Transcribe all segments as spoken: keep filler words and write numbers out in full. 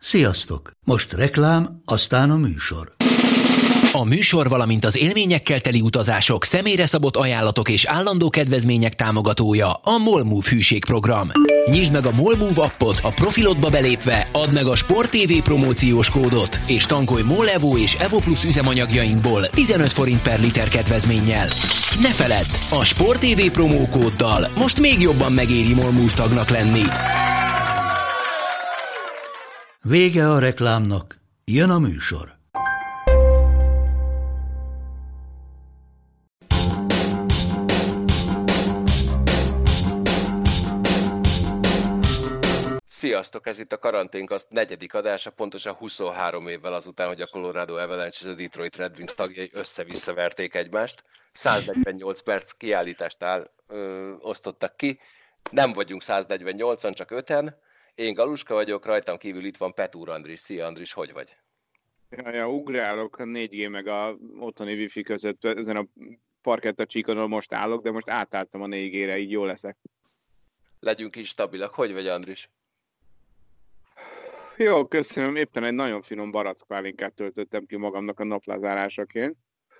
Sziasztok! Most reklám, aztán a műsor. A műsor, valamint az élményekkel teli utazások, személyre szabott ajánlatok és állandó kedvezmények támogatója a MOLMOVE hűségprogram. Nyisd meg a MOLMOVE appot, a profilodba belépve add meg a Sport té vé promóciós kódot, és tankolj MOL Evo és Evo Plus üzemanyagjainkból tizenöt forint per liter kedvezménnyel. Ne feledd, a Sport té vé promókóddal most még jobban megéri MOLMOVE tagnak lenni. Vége a reklámnak, jön a műsor. Sziasztok, ez itt a Karanténkaszt negyedik adása, pontosan huszonhárom évvel azután, hogy a Colorado Avalanche és a Detroit Red Wings tagjai össze-visszaverték egymást. száznegyvennyolc perc kiállítást áll, ö, osztottak ki. Nem vagyunk száznegyvennyolcan, csak öten. Én Galuska vagyok, rajtam kívül itt van Petúr Andris. Szia Andris, hogy vagy? Ja, ja, ugrálok a négy G meg a otthoni wifi között, ezen a parketta csíkonon most állok, de most átálltam a négy G-re, így jól leszek. Legyünk is stabilak. Hogy vagy, Andris? Jó, köszönöm. Éppen egy nagyon finom barackpálinkát töltöttem ki magamnak a naplázárásaként.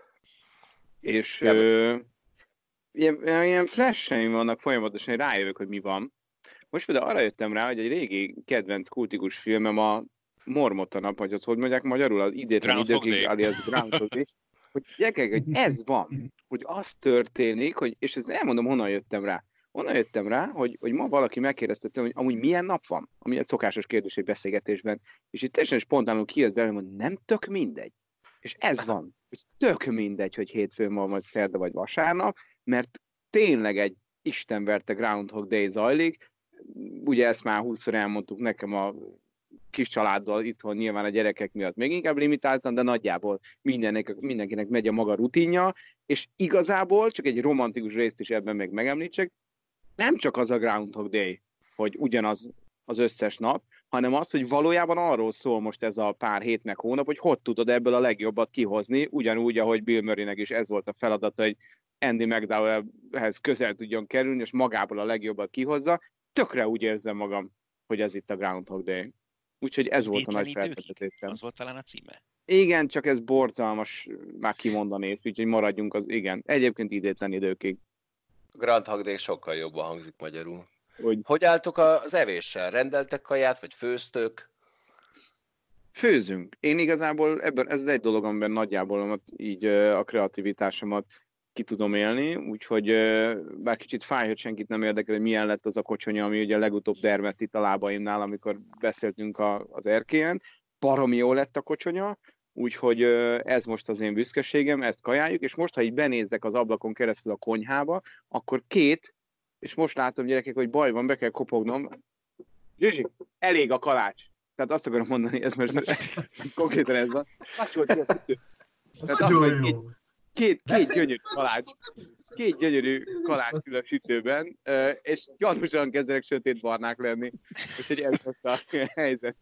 És ö, ilyen, ilyen flasheim vannak folyamatosan, rájövök, hogy mi van. Most például arra jöttem rá, hogy egy régi kedvenc kultikus filmem a Mormota nap, hogy az hogy mondják magyarul, az idétlen időkig, alias Groundhog Day, hogy gyerekek, hogy ez van, hogy az történik, hogy, és ezt elmondom, honnan jöttem rá. Onnan jöttem rá, hogy, hogy ma valaki megkérdezte tőlem, hogy amúgy milyen nap van, ami egy szokásos kérdés egy beszélgetésben, és itt teljesen spontánul kijött belőlem, hogy nem tök mindegy. És ez van, hogy tök mindegy, hogy hétfőn van, vagy szerda, vagy vasárnap, mert tényleg egy istenverte Groundhog Day zajlik. Ugye ezt már húszszor elmondtuk nekem a kis családdal itthon, nyilván a gyerekek miatt még inkább limitáltan, de nagyjából mindenkinek, mindenkinek megy a maga rutinja, és igazából csak egy romantikus részt is ebben még megemlítsek, nem csak az a Groundhog Day, hogy ugyanaz az összes nap, hanem az, hogy valójában arról szól most ez a pár hét meg hónap, hogy hogy tudod ebből a legjobbat kihozni, ugyanúgy, ahogy Bill Murraynek is ez volt a feladata, hogy Andy McDowellhez közel tudjon kerülni, és magából a legjobbat kihozza. Tökre úgy érzem magam, hogy ez itt a Groundhog Day. Úgyhogy ez volt a nagy felfedezésem. Az volt talán a címe. Igen, csak ez borzalmas már kimondani, úgyhogy maradjunk az, igen. Egyébként idétlen időkig. A Groundhog Day sokkal jobban hangzik magyarul. Hogy, hogy álltok az evéssel? Rendeltek kaját, vagy főztök? Főzünk. Én igazából ebben, ez egy dolog, amiben nagyjából így a kreativitásomat ki tudom élni, úgyhogy bár kicsit fáj, hogy senkit nem érdekel, hogy milyen lett az a kocsonya, ami ugye legutóbb dermedt itt a lábaimnál, amikor beszéltünk a, az erkélyen. Baromi jó lett a kocsonya, úgyhogy ez most az én büszkeségem, ezt kajáljuk, és most, ha így benézzek az ablakon keresztül a konyhába, akkor két, és most látom, gyerekek, hogy baj van, be kell kopognom. Zsuzsi, elég a kalács. Tehát azt akarom mondani, ez most konkrétan ez van. Tehát az, hogy két, két, két gyönyörű kalács, két gyönyörű kalács ül a sütőben, és gyanúsan kezdenek sötétbarnák lenni. Úgyhogy ez most a helyzet.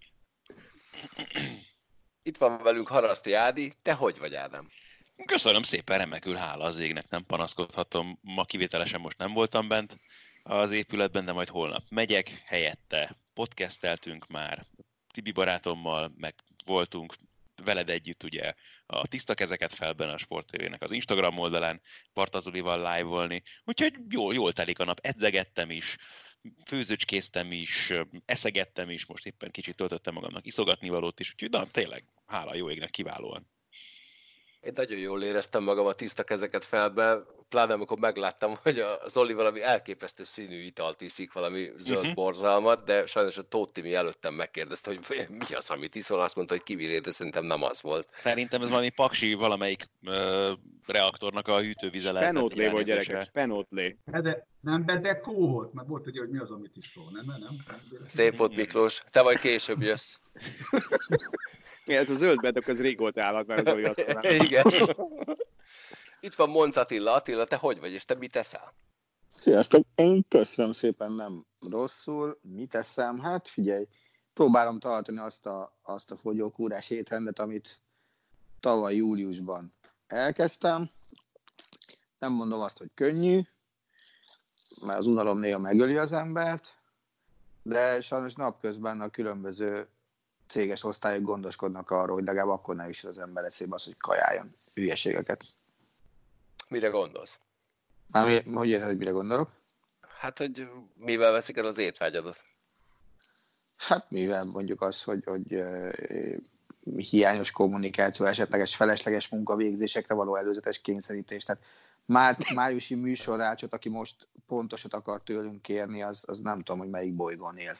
Itt van velünk Haraszti Ádi. Te hogy vagy, Ádám? Köszönöm szépen, remekül, hála az égnek, nem panaszkodhatom. Ma kivételesen most nem voltam bent az épületben, de majd holnap megyek, helyette podcasteltünk már Tibi barátommal, meg voltunk veled együtt ugye a Tiszta Kezeket felben a Sport té vének az Instagram oldalán Bartazulival live-olni, úgyhogy jól, jól telik a nap, edzegettem is, főzőcskéztem is, eszegettem is, most éppen kicsit töltöttem magamnak iszogatnivalót is, úgyhogy na, tényleg, hála jó égnek, kiválóan. Én nagyon jól éreztem magam a Tiszta Kezeket felben, pláne amikor megláttam, hogy a Zoli valami elképesztő színű italt iszik, valami zöld uh-huh. borzalmat, de sajnos a Tóth Timi előttem megkérdezte, hogy mi az, amit iszol, azt mondta, hogy kiviré, de szerintem nem az volt. Szerintem ez valami paksi valamelyik ö, reaktornak a hűtővize lehetett. Penótlé volt, gyerekek, penótlé. De nem bedekó volt, mert volt, hogy mi az, amit iszol, nem? nem, nem? Szép volt, Miklós, te vagy később jössz. Mi ez a zöld bedek, az régóta állat, már az olyan. Igen. Itt van Monc Attila. Attila, te hogy vagy, és te mit eszel? Sziasztok, én köszönöm szépen, nem rosszul. Mit eszem? Hát figyelj, próbálom tartani azt a, azt a fogyókúrás étrendet, amit tavaly júliusban elkezdtem. Nem mondom azt, hogy könnyű, mert az unalom néha megöli az embert, de sajnos napközben a különböző céges osztályok gondoskodnak arról, hogy legalább akkor ne is az ember eszébe az, hogy kajáljon hülyeségeket. Mire gondolsz? Már hogy érted, hogy mire gondolok? Hát, hogy mivel veszik el az étvágyadat? Hát mivel mondjuk az, hogy, hogy uh, hiányos kommunikáció, esetleges felesleges munkavégzésekre való előzetes kényszerítés. Tehát már, májusi műsorrácsot, aki most pontosat akar tőlünk kérni, az, az nem tudom, hogy melyik bolygón él.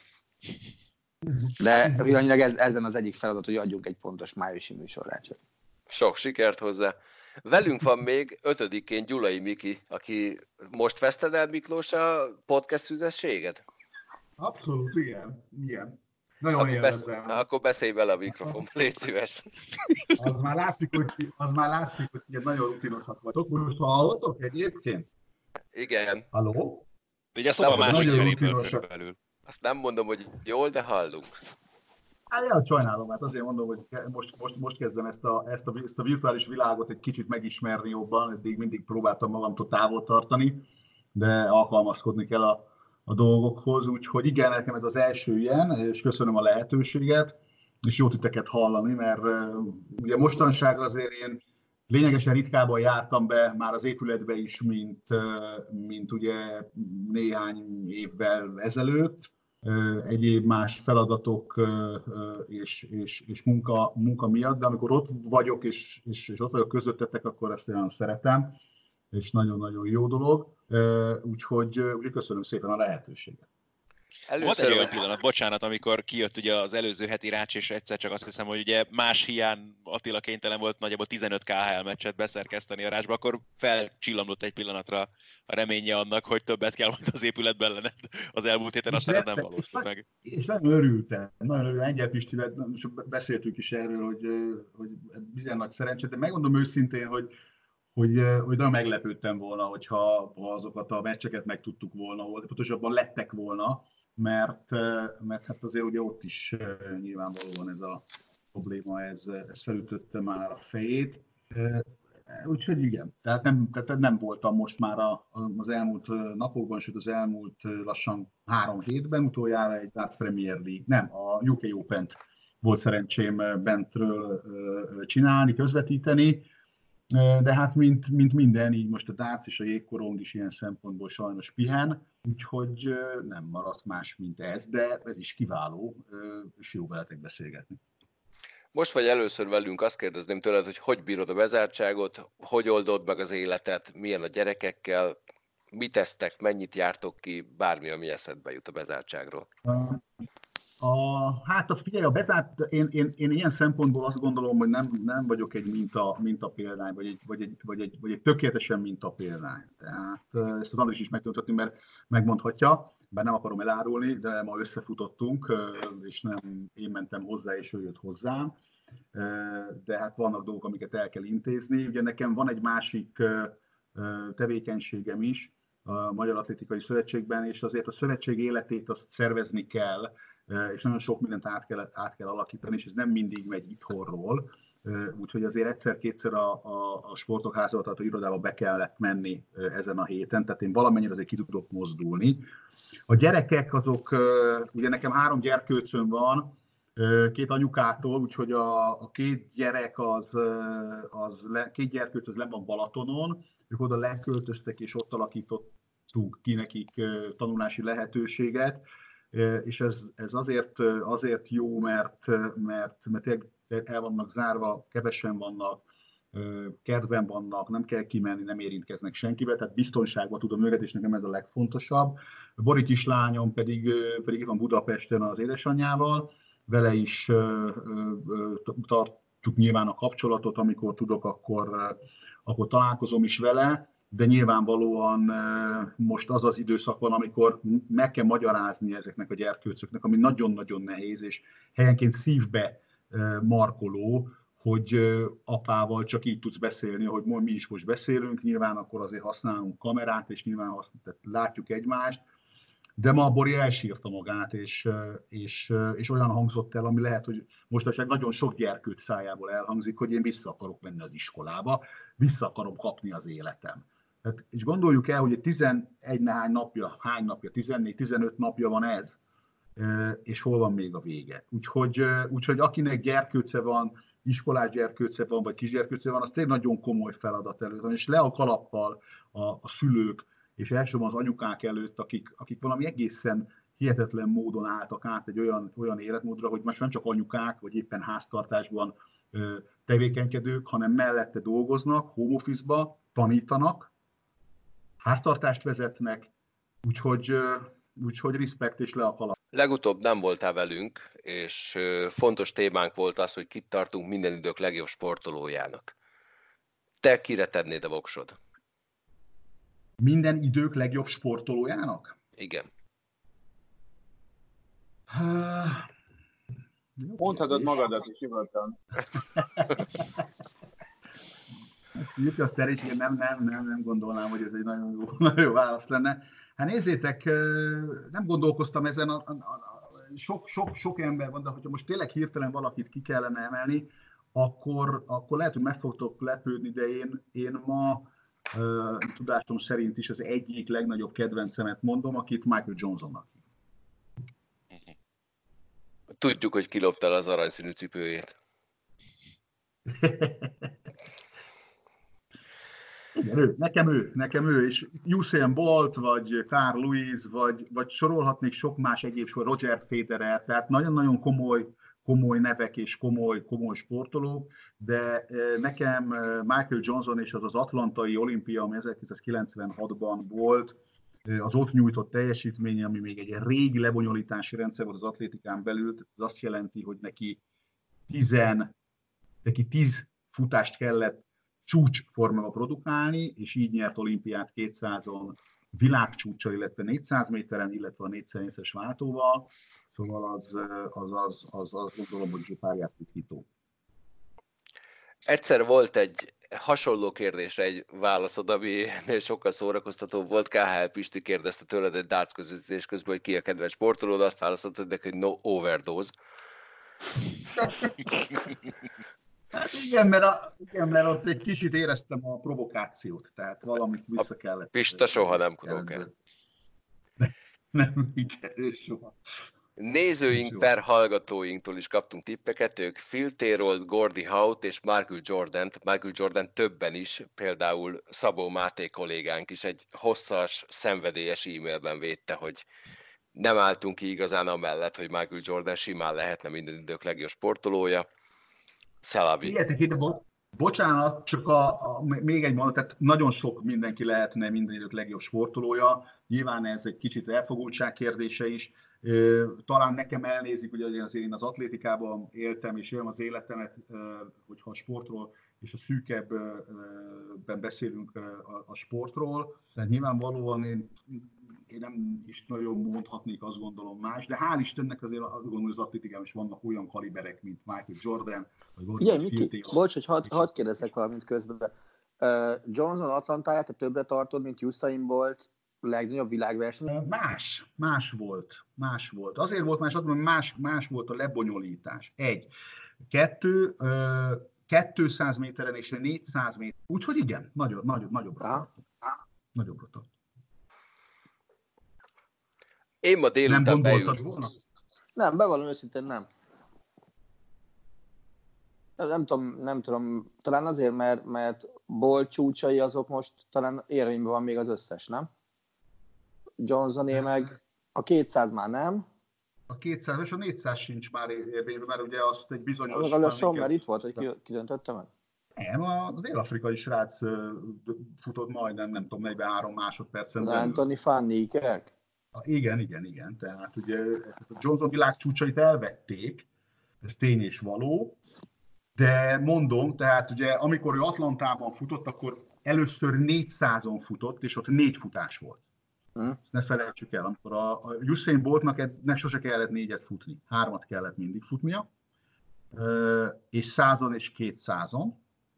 De pillanatnyilag ez, ezen az egyik feladat, hogy adjunk egy pontos májusi műsorrácsot. Sok sikert hozzá. Velünk van még ötödikén Gyulai Miki, aki most veszted el, Miklós, a podcast szüzességet? Abszolút, igen. igen. Nagyon Akkor, besz- élvezem. akkor beszélj bele a mikrofonba, légy szíves. Az már látszik, hogy, az már látszik, hogy ilyen nagyon rutinosak vagyok. Most hallottok egyébként? Igen. Halló? Ugye a szoba másik nagyon jön rutinosak. belül. Azt nem mondom, hogy jól, de hallunk. Hát ja, sajnálom, hát azért mondom, hogy most, most, most kezdem ezt a, ezt, a, ezt a virtuális világot egy kicsit megismerni jobban, eddig mindig próbáltam magamtól távol tartani, de alkalmazkodni kell a, a dolgokhoz, úgyhogy igen, nekem ez az első ilyen, és köszönöm a lehetőséget, és jó titeket hallani, mert uh, ugye mostanságra azért én lényegesen ritkábban jártam be már az épületbe is, mint, uh, mint ugye néhány évvel ezelőtt, egyéb más feladatok és, és, és munka, munka miatt, de amikor ott vagyok és, és, és ott vagyok közöttetek, akkor ezt nagyon szeretem, és nagyon-nagyon jó dolog, úgyhogy, úgyhogy köszönöm szépen a lehetőséget. Volt egy olyan pillanat, bocsánat, amikor kijött ugye az előző heti rács, és egyszer csak azt hiszem, hogy ugye más hiány Attila kénytelen volt nagyjából tizenöt ká há el meccset beszerkeszteni a rácsba, akkor felcsillamlott egy pillanatra a reménye annak, hogy többet kell majd az épületben lenned az elmúlt héten, aztán ez nem valósult meg. És nagyon örültem, nagyon örültem, Engyel Pistivel beszéltünk is erről, hogy, hogy bizony nagy szerencsé, de megmondom őszintén, hogy Hogy, hogy nagyon meglepődtem volna, hogyha azokat a meccseket meg tudtuk volna, pontosabban lettek volna, mert, mert hát azért ugye ott is nyilvánvalóan ez a probléma, ez, ez felütötte már a fejét. Úgyhogy igen, tehát nem, tehát nem voltam most már a, az elmúlt napokban, sőt az elmúlt lassan három hétben, utoljára egy Darts Premier League, nem, a u ká Open-t volt szerencsém bentről csinálni, közvetíteni, de hát mint, mint minden, így most a darts és a jégkorong is ilyen szempontból sajnos pihen, úgyhogy nem maradt más, mint ez, de ez is kiváló, és jó veletek beszélgetni. Most vagy először velünk, azt kérdezném tőled, hogy hogy bírod a bezártságot, hogy oldod meg az életet, milyen a gyerekekkel, mit tesztek, mennyit jártok ki, bármi, ami eszedbe jut a bezártságról. A, hát a, figyelj, a bezárt, én, én, én ilyen szempontból azt gondolom, hogy nem, nem vagyok egy minta, minta példány, vagy egy, vagy, egy, vagy, egy, vagy egy tökéletesen minta példány. Tehát ezt az Andris is megtudhatni, mert megmondhatja, bár nem akarom elárulni, de ma összefutottunk, és nem én mentem hozzá, és ő jött hozzám. De hát vannak dolgok, amiket el kell intézni. Ugye nekem van egy másik tevékenységem is a Magyar Atlétikai Szövetségben, és azért a szövetség életét azt szervezni kell, és nagyon sok mindent át kell, át kell alakítani, és ez nem mindig megy itthonról. Úgyhogy azért egyszer-kétszer a, a, a sportok házba, tehát a irodába be kellett menni ezen a héten, tehát én valamennyire azért ki tudok mozdulni. A gyerekek azok, ugye nekem három gyerkőcöm van, két anyukától, úgyhogy a, a két gyerek az, az le, két gyerkőc az le van Balatonon, ők oda leköltöztek, és ott alakítottunk ki nekik tanulási lehetőséget, és ez, ez azért, azért jó, mert, mert, mert el vannak zárva, kevesen vannak, kertben vannak, nem kell kimenni, nem érintkeznek senkivel, tehát biztonságban tudom őket, és nekem ez a legfontosabb. Bori kislányom pedig, pedig itt van Budapesten az édesanyjával, vele is tartjuk nyilván a kapcsolatot, amikor tudok, akkor, akkor találkozom is vele, de nyilvánvalóan most az az időszak van, amikor meg kell magyarázni ezeknek a gyerkőcöknek, ami nagyon-nagyon nehéz, és helyenként szívbe markoló, hogy apával csak így tudsz beszélni, hogy mi is most beszélünk, nyilván akkor azért használunk kamerát, és nyilván látjuk egymást, de ma a Bori elsírta magát, és, és, és olyan hangzott el, ami lehet, hogy mostanság nagyon sok gyerkőc szájából elhangzik, hogy én vissza akarok menni az iskolába, vissza akarom kapni az életem. Tehát, és gondoljuk el, hogy tizenegy nehány napja, hány napja, tizennégy-tizenöt napja van ez, és hol van még a vége. Úgyhogy, úgyhogy akinek gyerkőce van, iskolás gyerkőce van, vagy kisgyerkőce van, az tényleg nagyon komoly feladat előtt van, és le a kalappal a, a szülők, és elsősorban az anyukák előtt, akik, akik valami egészen hihetetlen módon álltak át egy olyan, olyan életmódra, hogy most nem csak anyukák, vagy éppen háztartásban ö, tevékenykedők, hanem mellette dolgoznak, home office-ba, tanítanak, háztartást vezetnek, úgyhogy, ö, úgyhogy respekt és le a kalap. Legutóbb nem voltál velünk, és ö, fontos témánk volt az, hogy kit tartunk minden idők legjobb sportolójának. Te kire tennéd a voksod? Minden idők legjobb sportolójának? Igen. Mondhatod magadat is nyugodtan. Jut a szerencsére, nem, nem, nem, nem gondolnám, hogy ez egy nagyon jó, nagyon jó válasz lenne. Hát nézzétek, nem gondolkoztam ezen, a, a, a, sok, sok, sok ember van, de hogyha most tényleg hirtelen valakit ki kellene emelni, akkor, akkor lehet, hogy meg fogtok lepődni, de én, én ma uh, tudásom szerint is az egyik legnagyobb kedvencemet mondom, akit Michael Johnsonnak. Tudjuk, hogy kiloptál az aranyszínű cipőjét. Igen, ő, nekem ő, nekem ő, és Usain Bolt, vagy Carl Lewis, vagy, vagy sorolhatnék sok más egyéb sor, Roger Federer, tehát nagyon-nagyon komoly, komoly nevek és komoly, komoly sportolók, de nekem Michael Johnson és az az atlantai olimpia, ami ezerkilencszázkilencvenhatban volt, az ott nyújtott teljesítménye, ami még egy régi lebonyolítási rendszer volt az atlétikán belül, tehát ez azt jelenti, hogy neki tizen, neki tíz futást kellett csúcsformában produkálni, és így nyert olimpiát kétszázon világcsúccsal, illetve négyszáz méteren, illetve a négyszáz váltóval. Szóval az, az, az, az, az gondolom, hogy párját titkító. Egyszer volt egy hasonló kérdésre egy válaszod, ami sokkal szórakoztató volt. ká há el Pisti kérdezte tőled egy darts közvetítés közben, hogy ki a kedvenc sportolód, azt válaszoltad neki, hogy no overdose. Hát igen, mert, a, igen, mert ott egy kicsit éreztem a provokációt, tehát valamit vissza kellett. Pista soha nem provokál. Nem, igen, soha. Nézőink per hallgatóinktól is kaptunk tippeket, ők Phil Taylor, Gordie Howe és Michael Jordant, Michael Jordan többen is, például Szabó Máté kollégánk is egy hosszas, szenvedélyes e-mailben védte, hogy nem álltunk ki igazán amellett, hogy Michael Jordan simán lehetne minden idők legjobb sportolója. Szalavi. Figyeljetek ide, bo- bocsánat, csak a, a, még egy mondat, tehát nagyon sok mindenki lehetne minden idők legjobb sportolója, nyilván ez egy kicsit elfogultság kérdése is. Talán nekem elnézik, ugye azért én az atlétikában éltem, és élem az életemet, hogyha a sportról és a szűkebben beszélünk a sportról. Tehát nyilvánvalóan én, én nem is nagyon mondhatnék, azt gondolom más, de hál' Istennek azért azt gondolom, hogy az atlétikában is vannak olyan kaliberek, mint Michael Jordan, vagy Gordon Ugye, Miki, bocs, hogy hadd had kérdezzek valamit közben. Uh, Johnson Atlantáját te többre tartod, mint Usain Bolt legnagyobb világverseny? Más, más volt, más volt. Azért volt más, mert más, más volt a lebonyolítás. Egy. Kettő, uh, kétszáz méteren és négyszáz méter. Úgyhogy igen, nagyobb, nagyobb, nagyobbra tart. Nagyobbra tart. Én ma délután nem beült. volna? Nem, bevallom őszintén nem. Nem, nem, tudom, nem tudom, talán azért, mert, mert Bolt csúcsai azok most talán érvényben van még az összes, nem? Johnsoné meg a kétszáz már nem. A kétszáz és a négyszáz sincs már érvényben, mert ugye azt egy bizonyos... Az a Sommer itt volt, hogy kidöntötte meg? Nem, a dél-afrikai srác futott majdnem, nem tudom, negyvenhárom másodpercen belül. Anthony van Niekerk? Igen, igen, igen. Tehát ugye a Johnson világcsúcsait elvették, ez tény és való, de mondom, tehát ugye amikor ő Atlantában futott, akkor először négyszázon futott, és ott négy futás volt. Hm. Ezt ne felejtsük el, amikor a, a Usain Boltnak ne sose kellett négyet futni, hármat kellett mindig futnia, és százon és kétszázon,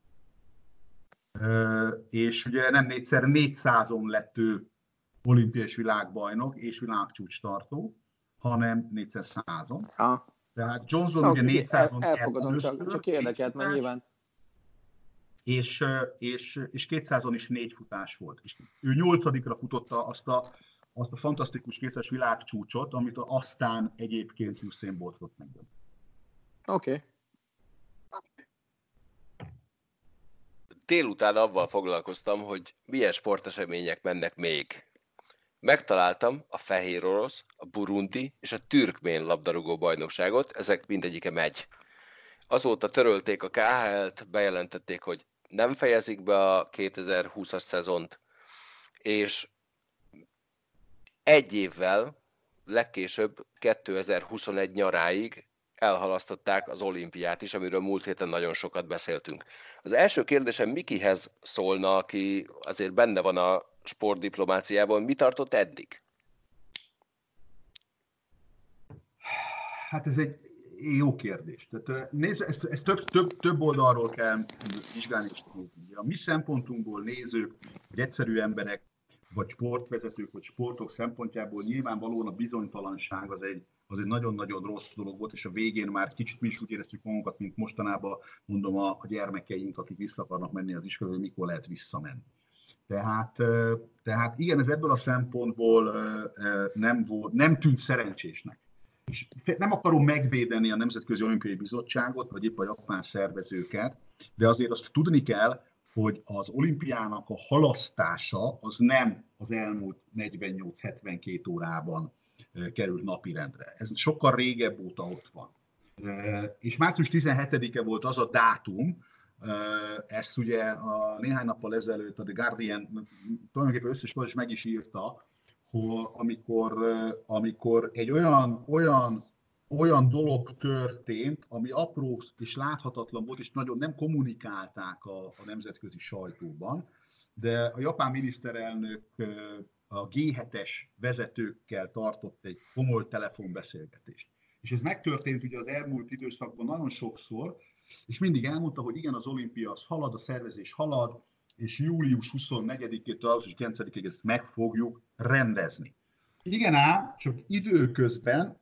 és ugye nem négyszer, négyszázon lett ő olimpiai világbajnok és világcsúcs tartó, hanem négyszer százon. Ah. Tehát Johnson szóval ugye négyszázon el, elfogadom, csak, csak érdekelt, mert nyilván. És, és, és kétszázon is négy futás volt. És ő nyolcadikra futotta azt a azt a fantasztikus készes világcsúcsot, amit aztán egyébként Usain Bolt volt megdönt. Oké. Okay. Délután avval foglalkoztam, hogy milyen sportesemények mennek még. Megtaláltam a fehér orosz, a burundi és a türkmén labdarúgó bajnokságot, ezek mindegyike megy. Azóta törölték a ká há el-t, bejelentették, hogy nem fejezik be a kétezer-húszas szezont, és egy évvel, legkésőbb kétezer-huszonegy nyaráig elhalasztották az olimpiát is, amiről múlt héten nagyon sokat beszéltünk. Az első kérdésem Mikihez szólna, aki azért benne van a sportdiplomáciában, mi tartott eddig? Hát ez egy jó kérdés. Tehát nézd, ezt, ezt több, több, több oldalról kell vizsgálni és nézni. A mi szempontunkból nézők, vagy egyszerű emberek, vagy sportvezetők, vagy sportok szempontjából nyilvánvalóan a bizonytalanság az egy, az egy nagyon-nagyon rossz dolog volt, és a végén már kicsit mi is úgy éreztük magunkat, mint mostanában mondom a, a gyermekeink, akik vissza akarnak menni az iskolába, hogy mikor lehet visszamenni. Tehát, tehát igen, ez ebből a szempontból nem, volt, nem tűnt szerencsésnek. És nem akarom megvédeni a Nemzetközi Olimpiai Bizottságot, vagy épp a japán szervezőket, de azért azt tudni kell, hogy az olimpiának a halasztása az nem az elmúlt negyvennyolc-hetvenkét órában került napirendre. Ez sokkal régebb óta ott van. És március tizenhetedike volt az a dátum, ezt ugye a néhány nappal ezelőtt a The Guardian tulajdonképpen összes is meg is írta, hogy amikor, amikor egy olyan, olyan, olyan dolog történt, ami apró és láthatatlan volt, és nagyon nem kommunikálták a, a nemzetközi sajtóban, de a japán miniszterelnök a gé hetes vezetőkkel tartott egy komoly telefonbeszélgetést. És ez megtörtént ugye az elmúlt időszakban nagyon sokszor, és mindig elmondta, hogy igen, az olimpia az halad, a szervezés halad, és július huszonnegyedikétől augusztus kilencedikéig ezt meg fogjuk rendezni. Igen ám, csak időközben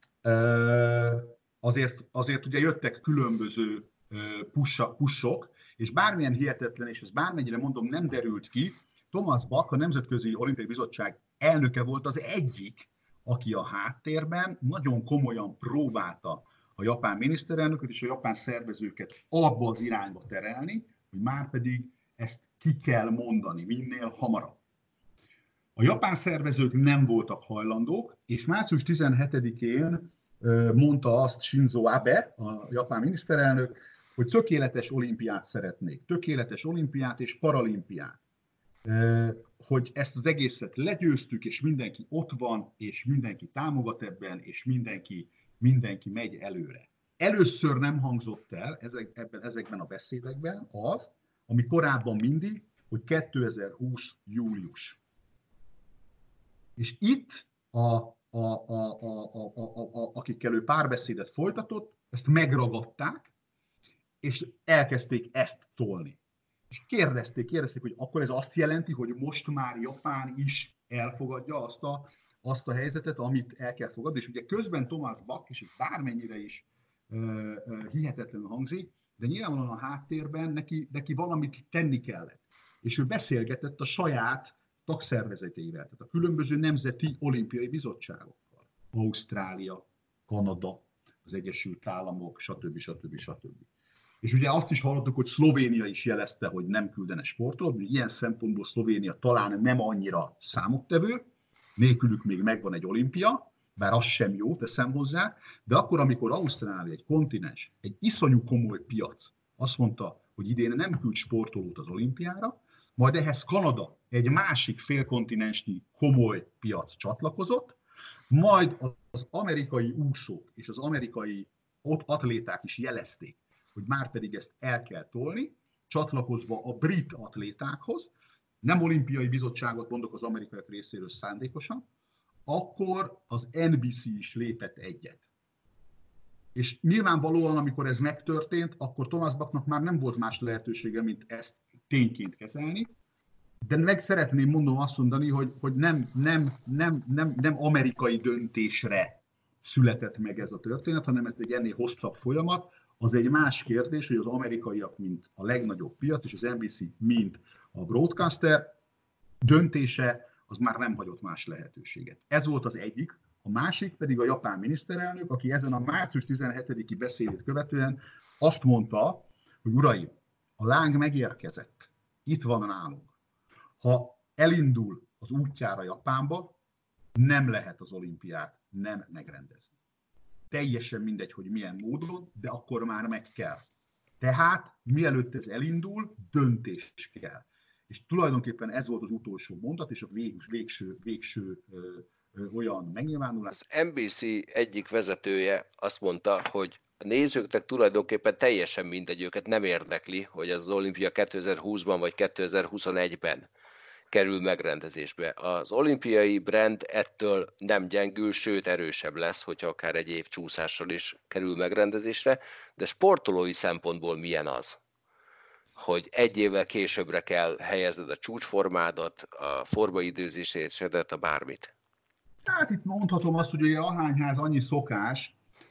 azért, azért ugye jöttek különböző pushok, és bármilyen hihetetlen, és ez bármennyire mondom, nem derült ki, Thomas Bach, a Nemzetközi Olimpiai Bizottság elnöke volt az egyik, aki a háttérben nagyon komolyan próbálta a japán miniszterelnököt és a japán szervezőket abba az irányba terelni, hogy már pedig ezt ki kell mondani minél hamarabb. A japán szervezők nem voltak hajlandók, és március tizenhetedikén mondta azt Shinzo Abe, a japán miniszterelnök, hogy tökéletes olimpiát szeretnék. Tökéletes olimpiát és paralimpiát. Hogy ezt az egészet legyőztük, és mindenki ott van, és mindenki támogat ebben, és mindenki, mindenki megy előre. Először nem hangzott el ezek, ebben, ezekben a beszédekben az, ami korábban mindig, hogy kétezer-húsz július. És itt, a, a, a, a, a, a, a, akikkel ő párbeszédet folytatott, ezt megragadták, és elkezdték ezt tolni. És kérdezték, kérdezték, hogy akkor ez azt jelenti, hogy most már Japán is elfogadja azt a, azt a helyzetet, amit el kell fogadni. És ugye közben Thomas Bach, és bármennyire is uh, uh, hihetetlenül hangzik, de nyilvánvalóan a háttérben neki, neki valamit tenni kellett. És ő beszélgetett a saját tagszervezeteivel, tehát a különböző nemzeti olimpiai bizottságokkal. Ausztrália, Kanada, az Egyesült Államok, stb. stb. stb. És ugye azt is hallottuk, hogy Szlovénia is jelezte, hogy nem küldene sportolót, ilyen szempontból Szlovénia talán nem annyira számottevő, nélkülük még megvan egy olimpia, bár az sem jó, teszem hozzá, de akkor, amikor Ausztrália, egy kontinens, egy iszonyú komoly piac, azt mondta, hogy idén nem küld sportolót az olimpiára, majd ehhez Kanada, egy másik félkontinensnyi komoly piac csatlakozott, majd az amerikai úszók és az amerikai atléták is jelezték, hogy már pedig ezt el kell tolni, csatlakozva a brit atlétákhoz, nem olimpiai bizottságot mondok az amerikaiak részéről szándékosan, akkor az en bé cé is lépett egyet. És nyilvánvalóan, amikor ez megtörtént, akkor Thomas Bachnak már nem volt más lehetősége, mint ezt tényként kezelni, de meg szeretném mondom azt mondani, hogy, hogy nem, nem, nem, nem, nem amerikai döntésre született meg ez a történet, hanem ez egy ennél hosszabb folyamat. Az egy más kérdés, hogy az amerikaiak, mint a legnagyobb piac, és az en bé cé, mint a broadcaster döntése, az már nem hagyott más lehetőséget. Ez volt az egyik. A másik pedig a japán miniszterelnök, aki ezen a március tizenhetediki beszédét követően azt mondta, hogy uraim, a láng megérkezett, itt van nálunk. Ha elindul az útjára Japánba, nem lehet az olimpiát nem megrendezni. Teljesen mindegy, hogy milyen módon, de akkor már meg kell. Tehát, mielőtt ez elindul, döntés kell. És tulajdonképpen ez volt az utolsó mondat, és a végső, végső, végső ö, ö, olyan megnyilvánulás. Az en bé cé egyik vezetője azt mondta, hogy a nézőknek tulajdonképpen teljesen mindegy, őket nem érdekli, hogy az olimpia kétezer-húszban vagy kétezer-huszonegyben kerül megrendezésbe. Az olimpiai brand ettől nem gyengül, sőt erősebb lesz, hogyha akár egy év csúszással is kerül megrendezésre, de sportolói szempontból milyen az, hogy egy évvel későbbre kell helyezned a csúcsformádat, a formaidőzésedet, a bármit. Hát itt mondhatom azt, hogy a ahányház annyi szokás,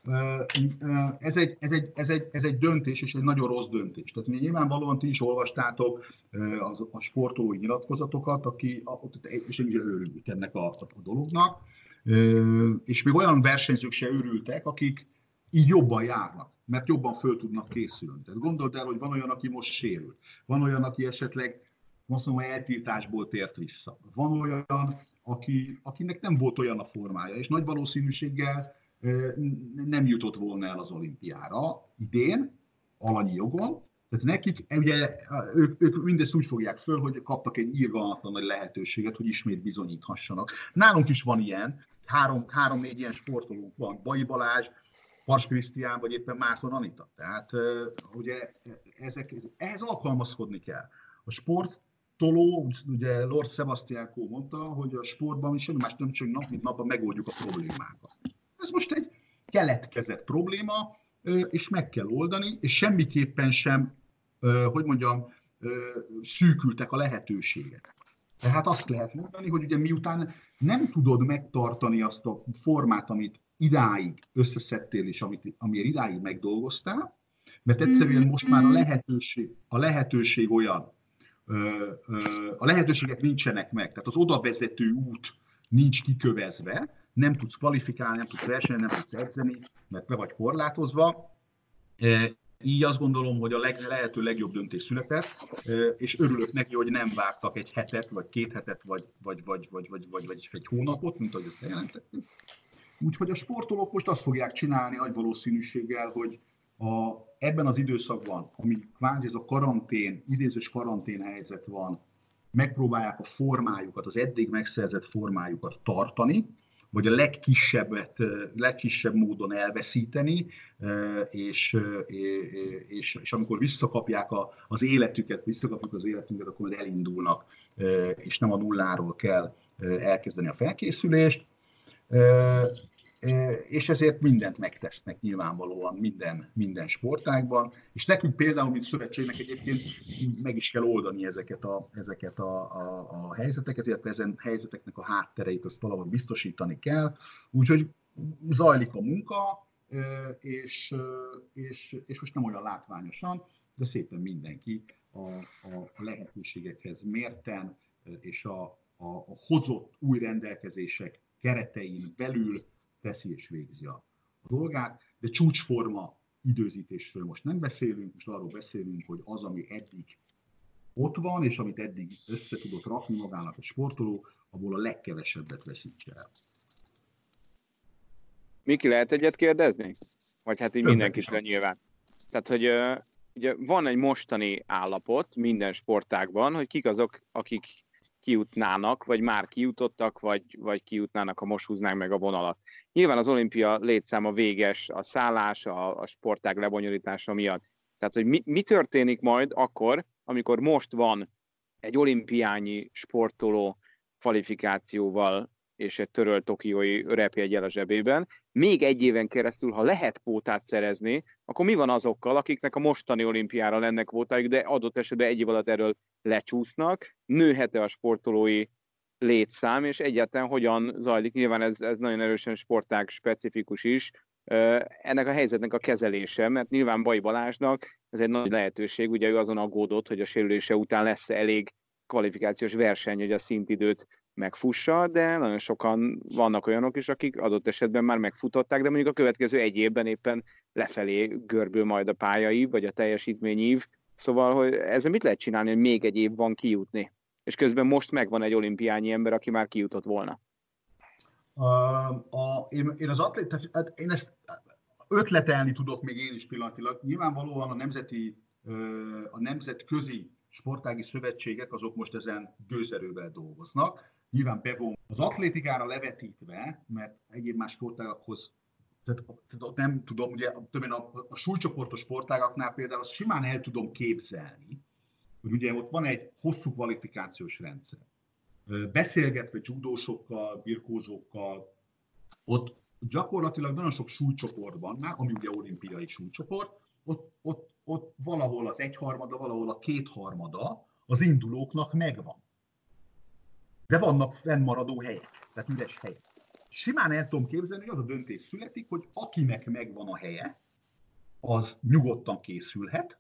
ez egy, ez, egy, ez, egy, ez egy döntés, és egy nagyon rossz döntés. Tehát nyilvánvalóan ti is olvastátok az, a sportolói nyilatkozatokat, aki, és én is örülök ennek a, a dolognak, és még olyan versenyzők se örültek, akik így jobban járnak, mert jobban föl tudnak készülni. Tehát gondold el, hogy van olyan, aki most sérült, van olyan, aki esetleg azt mondom, eltiltásból tért vissza, van olyan, aki, akinek nem volt olyan a formája, és nagy valószínűséggel nem jutott volna el az olimpiára idén, alanyi jogon. Tehát nekik, ugye, ők, ők mindezt úgy fogják föl, hogy kaptak egy irgalmatlan nagy lehetőséget, hogy ismét bizonyíthassanak. Nálunk is van ilyen, három, három-négy ilyen sportolónk van, Bai Balázs, Pars Krisztián, vagy éppen Márton Anita. Tehát ugye ezek, ehhez alkalmazkodni kell. A sporttoló, ugye Lord Sebastian Coe mondta, hogy a sportban semmi más nem csak nap mint napban megoldjuk a problémákat. Ez most egy keletkezett probléma, és meg kell oldani, és semmiképpen sem, hogy mondjam, szűkültek a lehetőségek. Tehát azt lehet mondani, hogy ugye miután nem tudod megtartani azt a formát, amit idáig összeszedtél, és amit, amiért idáig megdolgoztál, mert egyszerűen most már a lehetőség, a lehetőség olyan, a lehetőségek nincsenek meg, tehát az odavezető út nincs kikövezve, nem tudsz kvalifikálni, nem tudsz versenyi, nem tudsz edzeni, mert be vagy korlátozva. Így azt gondolom, hogy a leg, lehető legjobb döntés született, és örülök neki, hogy nem vártak egy hetet, vagy két hetet, vagy, vagy, vagy, vagy, vagy, vagy, vagy egy hónapot, mint ahogy ezt bejelentettük. Úgyhogy a sportolók most azt fogják csinálni nagy valószínűséggel, hogy a, ebben az időszakban, ami kvázi ez a karantén, idézős karantén helyzet van, megpróbálják a formájukat, az eddig megszerzett formájukat tartani, vagy a legkisebbet, legkisebb módon elveszíteni, és, és, és amikor visszakapják a, az életüket, visszakapjuk az életünket, akkor majd elindulnak, és nem a nulláról kell elkezdeni a felkészülést. És ezért mindent megtesznek nyilvánvalóan minden, minden sportágban, és nekünk például, mint szövetségnek egyébként meg is kell oldani ezeket a, ezeket a, a, a helyzeteket, illetve ezen helyzeteknek a háttereit azt valahogy biztosítani kell, úgyhogy zajlik a munka, és, és, és most nem olyan látványosan, de szépen mindenki a, a lehetőségekhez mérten, és a, a, a hozott új rendelkezések keretein belül teszi és végzi a dolgát, de csúcsforma időzítésről most nem beszélünk, most arról beszélünk, hogy az, ami eddig ott van, és amit eddig össze tudott rakni magának a sportoló, abból a legkevesebbet veszítse el. Miki, lehet egyet kérdezni? Vagy hát így mindenkitől nyilván. Tehát, hogy uh, ugye van egy mostani állapot minden sportágban, hogy kik azok, akik kijutnának, vagy már kijutottak, vagy, vagy kijutnának, ha most húznánk meg a vonalat. Nyilván az olimpia létszáma véges, a szállás, a, a sportág lebonyolítása miatt. Tehát, hogy mi, mi történik majd akkor, amikor most van egy olimpiányi sportoló kvalifikációval és egy törölt tokiói repjeggyel a zsebében, még egy éven keresztül, ha lehet kvótát szerezni, akkor mi van azokkal, akiknek a mostani olimpiára lenne kvótájuk, de adott esetben egy év alatt erről lecsúsznak, nőhet-e a sportolói létszám, és egyáltalán hogyan zajlik, nyilván ez, ez nagyon erősen sportág specifikus is, ennek a helyzetnek a kezelése, mert nyilván Bai Balázsnak ez egy nagy lehetőség, ugye ő azon aggódott, hogy a sérülése után lesz elég kvalifikációs verseny, hogy a szintidőt megfussa, de nagyon sokan vannak olyanok is, akik adott esetben már megfutották, de mondjuk a következő egy évben éppen lefelé görbül majd a pályaív, vagy a teljesítményív. Szóval, hogy ezzel mit lehet csinálni, hogy még egy év van kijutni? És közben most megvan egy olimpiányi ember, aki már kijutott volna. A, a, én, én az atléta, hát én ezt ötletelni tudok még én is pillanatilag. Nyilvánvalóan a nemzeti, a nemzetközi sportági szövetségek azok most ezen gőzerővel dolgoznak. Nyilván bevon az atlétikára levetítve, mert egyéb más sportágakhoz, tehát, tehát nem tudom, ugye a, a súlycsoportos sportágaknál például azt simán el tudom képzelni, hogy ugye ott van egy hosszú kvalifikációs rendszer. Beszélgetve judósokkal, birkózókkal, ott gyakorlatilag nagyon sok súlycsoport van már, ami ugye olimpiai súlycsoport, ott, ott, ott valahol az egyharmada, valahol a kétharmada az indulóknak megvan. De vannak fennmaradó helyek, tehát üres helyek. Simán el tudom képzelni, hogy az a döntés születik, hogy akinek megvan a helye, az nyugodtan készülhet,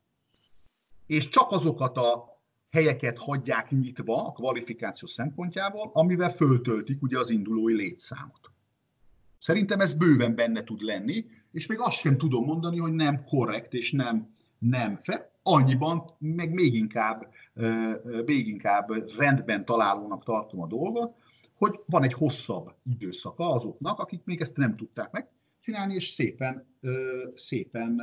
és csak azokat a helyeket hagyják nyitva a kvalifikáció szempontjából, amivel föltöltik ugye az indulói létszámot. Szerintem ez bőven benne tud lenni, és még azt sem tudom mondani, hogy nem korrekt és nem, nem fel. Annyiban meg még inkább, még inkább rendben találónak tartom a dolgot, hogy van egy hosszabb időszaka azoknak, akik még ezt nem tudták megcsinálni, és szépen, szépen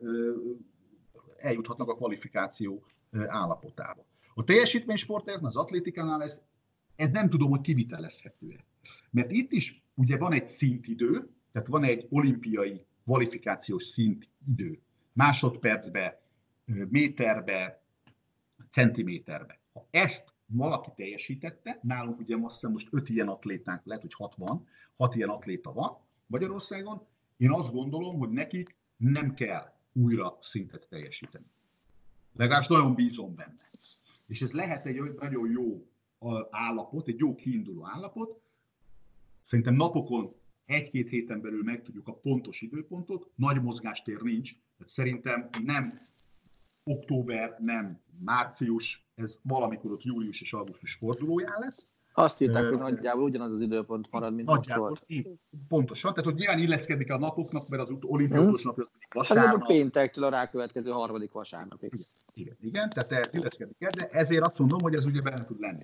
eljuthatnak a kvalifikáció állapotába. A teljesítménysportáknál, az atlétikánál ez, ez nem tudom, hogy kivitelezhető-e. Mert itt is ugye van egy szintidő, tehát van egy olimpiai kvalifikációs szintidő. Másodpercbe, méterbe, centiméterbe. Ha ezt valaki teljesítette, nálunk ugye azt hiszem most öt ilyen atlétánk, lehet, hogy hat van, hat ilyen atléta van Magyarországon, én azt gondolom, hogy nekik nem kell újra szintet teljesíteni. Legalábbis nagyon bízom benne. És ez lehet egy nagyon jó állapot, egy jó kiinduló állapot. Szerintem napokon, egy-két héten belül megtudjuk a pontos időpontot, nagy mozgástér nincs, tehát szerintem nem október, nem március, ez valamikor ott július és augusztus fordulóján lesz. Azt írták, hogy nagyjából ugyanaz az időpont marad, mint nagyjából, most volt. Pontosan, tehát hogy nyilván illeszkedik a napoknak, mert az olimpiai utolsó napja az vasárnap. Az péntektől a rákövetkező harmadik vasárnapig. Igen, igen, tehát ez illeszkedik el, de ezért azt mondom, hogy ez ugye benne tud lenni.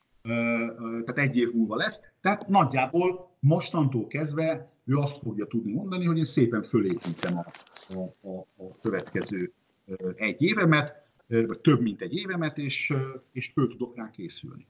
Tehát egy év múlva lesz. Tehát nagyjából mostantól kezdve ő azt fogja tudni mondani, hogy én szépen fölépítem a, a, a, a következő egy évemet, vagy több mint egy évemet, és, és föl tudok rá készülni.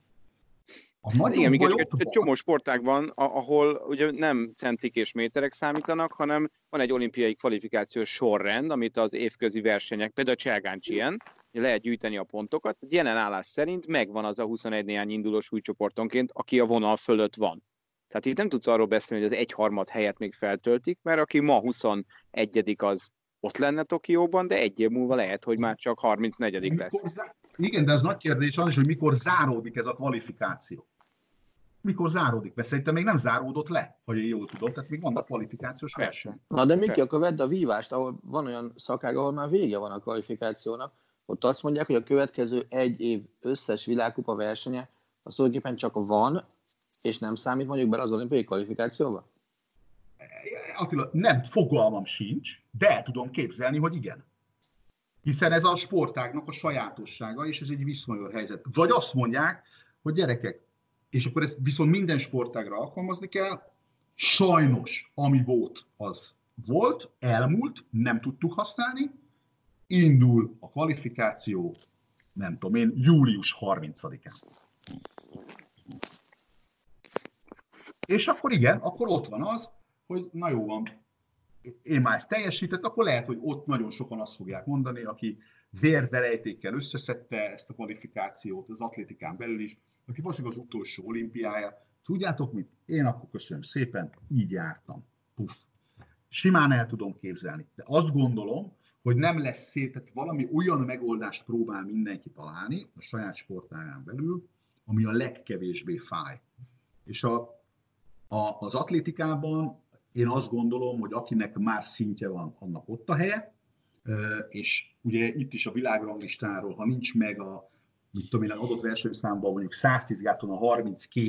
Igen, még egy, egy csomó sportágban, ahol ugye nem centik és méterek számítanak, hanem van egy olimpiai kvalifikációs sorrend, amit az évközi versenyek, például a cselgáncsilyen, lehet gyűjteni a pontokat. Jelen állás szerint megvan az a huszonegy néhány induló súlycsoportonként, aki a vonal fölött van. Tehát itt nem tudsz arról beszélni, hogy az egyharmad helyet még feltöltik, mert aki ma huszonegyedik az ott lenne Tokióban, de egy év múlva lehet, hogy már csak harmincnegyedik lesz. Igen, de az nagy kérdés az is, hogy mikor záródik ez a kvalifikáció. Mikor záródik? Mert szerintem még nem záródott le, ha én jól tudom, tehát még vannak kvalifikációs verseny. Na de Miki, akkor vedd a vívást, ahol van olyan szakág, ahol már vége van a kvalifikációnak, ott azt mondják, hogy a következő egy év összes világkupa versenye az tulajdonképpen csak van, és nem számít mondjuk bele az olimpiai kvalifikációba? Attila, nem, fogalmam sincs, de el tudom képzelni, hogy igen. Hiszen ez a sportágnak a sajátossága, és ez egy viszonylag helyzet. Vagy azt mondják, hogy gyerekek, és akkor ezt viszont minden sportágra alkalmazni kell, sajnos, ami volt, az volt, elmúlt, nem tudtuk használni, indul a kvalifikáció, nem tudom én, július harmincadikán. És akkor igen, akkor ott van az, hogy na jó van, én már ezt teljesített, akkor lehet, hogy ott nagyon sokan azt fogják mondani, aki vérverejtékkel összeszedte ezt a kvalifikációt az atlétikán belül is, aki valószínűleg az utolsó olimpiája. Tudjátok mit? Én akkor köszönöm szépen, így jártam. Puff. Simán el tudom képzelni. De azt gondolom, hogy nem lesz szép, tehát valami olyan megoldást próbál mindenki találni a saját sportágán belül, ami a legkevésbé fáj. És a, a, az atlétikában én azt gondolom, hogy akinek már szintje van, annak ott a helye, és ugye itt is a világranglistáról, ha nincs meg a mit tudom én, adott versenyszámban mondjuk száztíz gáton a harminckét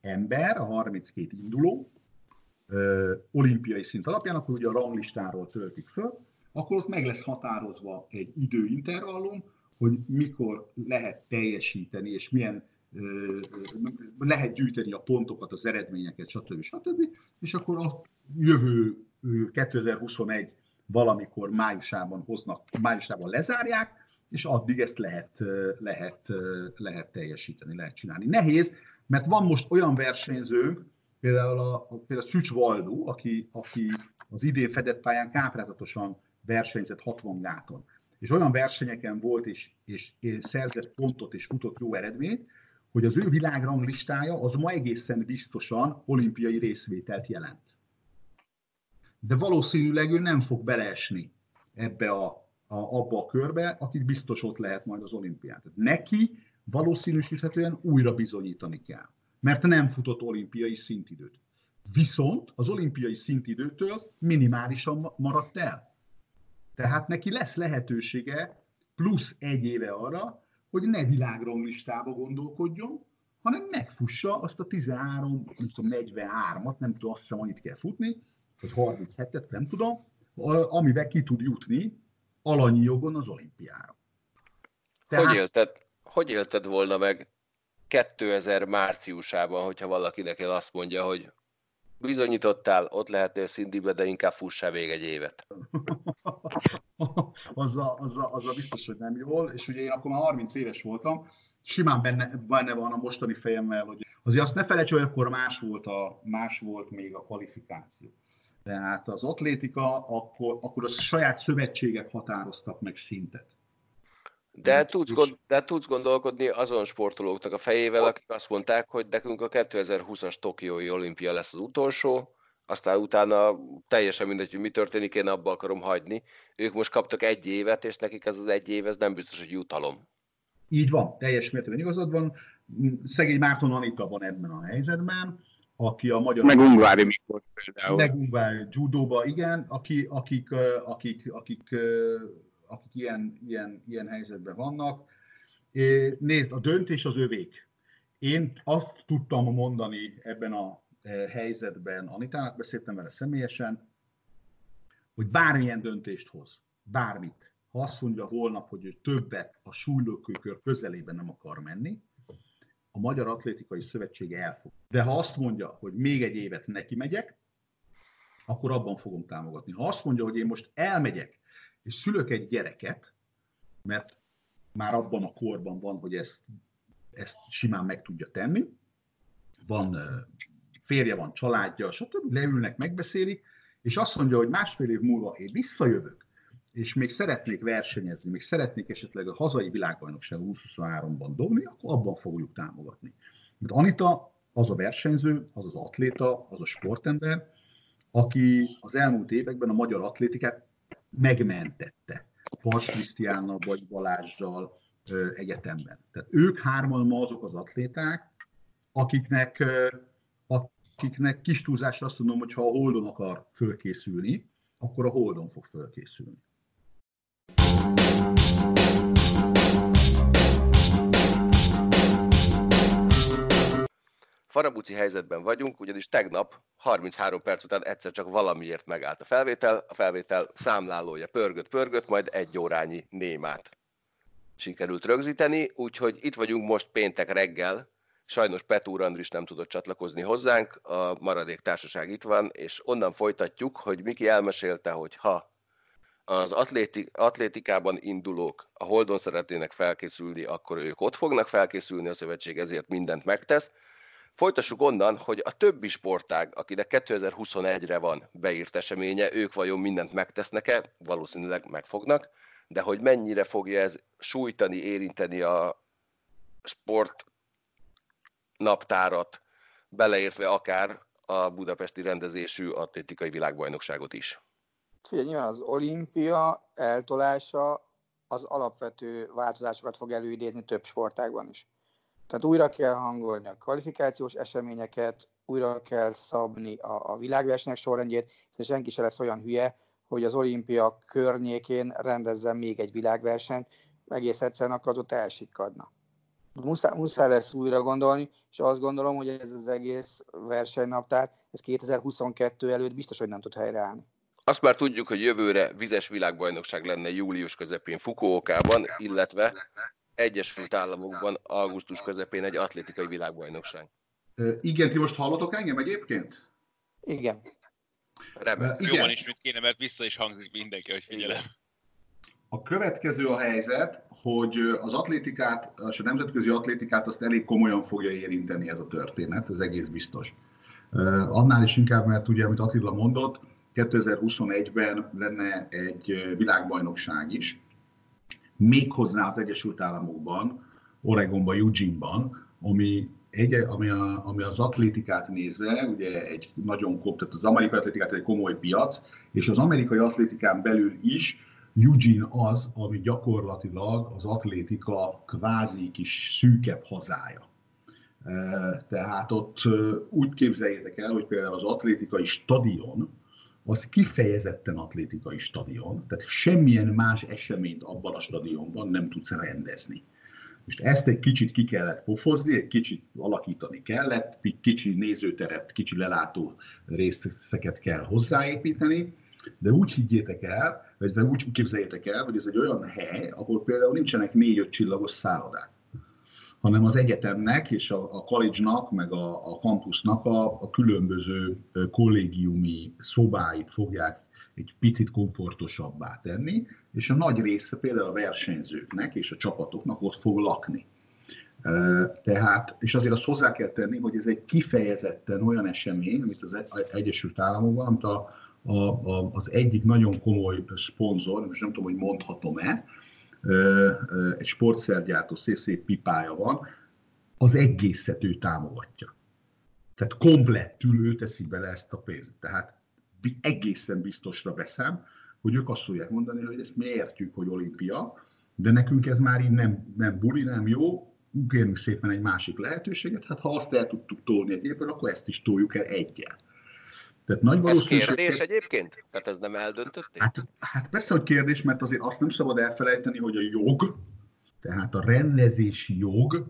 ember, a harminckét induló, ö, olimpiai szint alapján, akkor ugye a ranglistáról töltik föl, akkor ott meg lesz határozva egy időintervallum, hogy mikor lehet teljesíteni, és milyen ö, lehet gyűjteni a pontokat, az eredményeket, stb. stb. És akkor a jövő kétezer-huszonegy valamikor májusában hoznak, májusában lezárják, és addig ezt lehet, lehet, lehet teljesíteni, lehet csinálni. Nehéz, mert van most olyan versenyzőnk, például a, például a Szücs Valdó, aki, aki az idén fedett pályán káprázatosan versenyzett hatvan gáton. És olyan versenyeken volt, és, és, és szerzett pontot, és futott jó eredményt, hogy az ő világranglistája az ma egészen biztosan olimpiai részvételt jelent. De valószínűleg ő nem fog beleesni ebbe a, a, abba a körbe, akik biztos ott lehet majd az olimpián. Tehát neki valószínűsíthetően újra bizonyítani kell, mert nem futott olimpiai szintidőt. Viszont az olimpiai szintidőtől minimálisan maradt el. Tehát neki lesz lehetősége plusz egy éve arra, hogy ne világranglistába gondolkodjon, hanem megfussa azt a tizenhárom, nem tudom, negyvenhármat, nem tudom, azt hiszem, annyit kell futni, vagy harminchetet, nem tudom, amivel ki tud jutni alanyi jogon az olimpiára. Tehát... Hogy, élted, hogy élted volna meg kétezer márciusában, hogyha valakinek el azt mondja, hogy bizonyítottál, ott lehetnél szindibe, de inkább fussál még egy évet. azzal, azzal, azzal biztos, hogy nem jól, és ugye én akkor már harminc éves voltam, simán benne, benne van a mostani fejemmel, hogy azért azt ne felejtsd, hogy akkor más volt, a, más volt még a kvalifikáció. Tehát az atlétika, akkor, akkor a saját szövetségek határoztak meg szintet. De tudsz, gond, de tudsz gondolkodni azon sportolóknak a fejével, akik azt mondták, hogy nekünk a kétezer-húszas Tokiói olimpia lesz az utolsó, aztán utána teljesen mindegy, hogy mi történik, én abba akarom hagyni. Ők most kaptak egy évet, és nekik ez az egy év, ez nem biztos, hogy jutalom. Így van, teljes mértékben igazad van. Szegény Márton Anita van ebben a helyzetben, aki a magyar... Meg Ungvári Miklós például. Meg Ungvári judóba, igen, akik, akik, akik, akik, akik ilyen, ilyen, ilyen helyzetben vannak. Nézd, a döntés az övék. Én azt tudtam mondani ebben a helyzetben, Anitának beszéltem vele személyesen, hogy bármilyen döntést hoz, bármit, ha azt mondja holnap, hogy ő többet a súlylökőkör közelében nem akar menni, a Magyar Atlétikai Szövetség elfog. De ha azt mondja, hogy még egy évet neki megyek, akkor abban fogom támogatni. Ha azt mondja, hogy én most elmegyek, és szülök egy gyereket, mert már abban a korban van, hogy ezt, ezt simán meg tudja tenni, van férje, van családja, stb. Leülnek, megbeszélik, és azt mondja, hogy másfél év múlva én visszajövök, és még szeretnék versenyezni, még szeretnék esetleg a hazai világbajnokság húsz-huszonháromban dobni, akkor abban fogjuk támogatni. Mert Anita az a versenyző, az az atléta, az a sportember, aki az elmúlt években a magyar atlétikát megmentette. Pars Krisztiánnal, vagy Balázsral ö, egyetemben. Tehát ők hárman ma azok az atléták, akiknek, ö, akiknek kis túlzásra azt mondom, hogy ha a Holdon akar fölkészülni, akkor a Holdon fog fölkészülni. Farabuci helyzetben vagyunk, ugyanis tegnap harminchárom perc után egyszer csak valamiért megállt a felvétel. A felvétel számlálója pörgött-pörgött, majd egy órányi némát sikerült rögzíteni, úgyhogy itt vagyunk most péntek reggel. Sajnos Petúr Andris nem tudott csatlakozni hozzánk, a maradék társaság itt van, és onnan folytatjuk, hogy Miki elmesélte, hogy ha az atlétik, atlétikában indulók a Holdon szeretnének felkészülni, akkor ők ott fognak felkészülni, a szövetség ezért mindent megtesz. Folytassuk onnan, hogy a többi sportág, akinek kétezer-huszonegyre van beírt eseménye, ők vajon mindent megtesznek-e? Valószínűleg megfognak, de hogy mennyire fogja ez sújtani, érinteni a sport naptárat, beleértve akár a budapesti rendezésű atlétikai világbajnokságot is. Figyelj, nyilván az olimpia eltolása az alapvető változásokat fog előidézni több sportágban is. Tehát újra kell hangolni a kvalifikációs eseményeket, újra kell szabni a, a világversenyek sorrendjét, és senki se lesz olyan hülye, hogy az olimpia környékén rendezzen még egy világversenyt, egész egyszerűen akkor az ott elsikkadna. Muszáj, muszáj lesz újra gondolni, és azt gondolom, hogy ez az egész versenynaptár, ez kétezer-huszonkettő előtt biztos, hogy nem tud helyreállni. Azt már tudjuk, hogy jövőre vizes világbajnokság lenne július közepén Fukuokában, illetve Egyesült Államokban augusztus közepén egy atlétikai világbajnokság. Igen, ti most hallotok engem egyébként? Igen. Remek. Jobban is, mint kéne, mert vissza is hangzik mindenki, hogy figyelem. A következő a helyzet, hogy az atlétikát, és a nemzetközi atlétikát azt elég komolyan fogja érinteni ez a történet, ez egész biztos. Annál is inkább, mert ugye, amit Attila mondott, kétezer-huszonegyben lenne egy világbajnokság is, méghozzá az Egyesült Államokban, Oregonban, Eugene-ban, ami, egy, ami, a, ami az atlétikát nézve, ugye egy nagyon, tehát az amerikai atlétikát egy komoly piac, és az amerikai atlétikán belül is Eugene az, ami gyakorlatilag az atlétika kvázi kis szűkebb hazája. Tehát ott úgy képzeljétek el, hogy például az atlétikai stadion, az kifejezetten atlétikai stadion, tehát semmilyen más eseményt abban a stadionban nem tudsz rendezni. Most ezt egy kicsit ki kellett pofozni, egy kicsit alakítani kellett, kicsi nézőteret, kicsi lelátó részeket kell hozzáépíteni, de úgy higgyétek el, vagy úgy képzeljétek el, hogy ez egy olyan hely, ahol például nincsenek négy-öt csillagos szállodák, hanem az egyetemnek és a, a college-nak, meg a, a campusnak a, a különböző kollégiumi szobáit fogják egy picit komfortosabbá tenni, és a nagy része például a versenyzőknek és a csapatoknak ott fog lakni. Tehát, és azért azt hozzá kell tenni, hogy ez egy kifejezetten olyan esemény, amit az Egyesült Államokban, amit a, a, a, az egyik nagyon komoly szponzor, most nem tudom, hogy mondhatom-e, egy sportszergyártó szép-szép pipája van, az egészet ő támogatja. Tehát komplettül ő teszi bele ezt a pénzt. Tehát egészen biztosra veszem, hogy ők azt fogják mondani, hogy ezt mi értjük, hogy olimpia, de nekünk ez már így nem, nem buli, nem jó, kérjünk szépen egy másik lehetőséget, hát ha azt el tudtuk tolni egy évben, akkor ezt is toljuk el egyel. Tehát nagy valószínűség... Ez kérdés egyébként? Tehát ez nem eldöntötték? Hát, hát persze, hogy kérdés, mert azért azt nem szabad elfelejteni, hogy a jog, tehát a rendezési jog,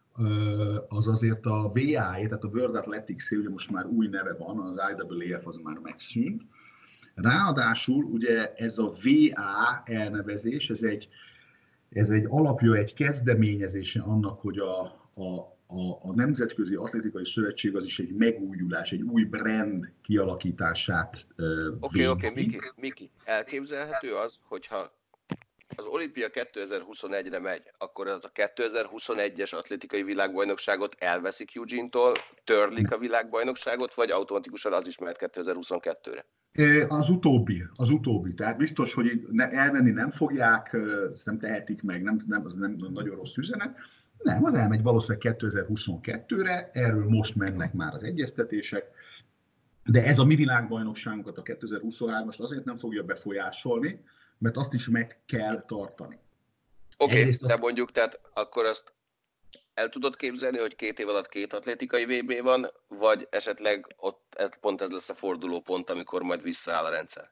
az azért a vé á é, tehát a World Athletics, ugye most már új neve van, az i á á ef az már megszűnt. Ráadásul ugye ez a vé á elnevezés, ez egy, ez egy alapja, egy kezdeményezése annak, hogy a, a A, a Nemzetközi Atlétikai Szövetség az is egy megújulás, egy új brand kialakítását uh, Oké, oké, Miki, Miki, elképzelhető az, hogyha az olimpia kétezer-huszonegyre megy, akkor az a kétezer-huszonegyes atlétikai világbajnokságot elveszik Eugene-tól, törlik a világbajnokságot, vagy automatikusan az is mehet kétezer-huszonkettőre? Az utóbbi, az utóbbi. Tehát biztos, hogy elmenni nem fogják, ezt nem tehetik meg, nem, nem, az nem nagyon rossz üzenet. Nem, az elmegy valószínűleg kétezer-huszonkettőre, erről most mennek már az egyeztetések, de ez a mi világbajnokságunkat, a kétezer-huszonhármast azért nem fogja befolyásolni, mert azt is meg kell tartani. Oké, okay, de mondjuk, tehát akkor azt el tudod képzelni, hogy két év alatt két atlétikai vé bé van, vagy esetleg ott ez, pont ez lesz a fordulópont, amikor majd visszaáll a rendszer?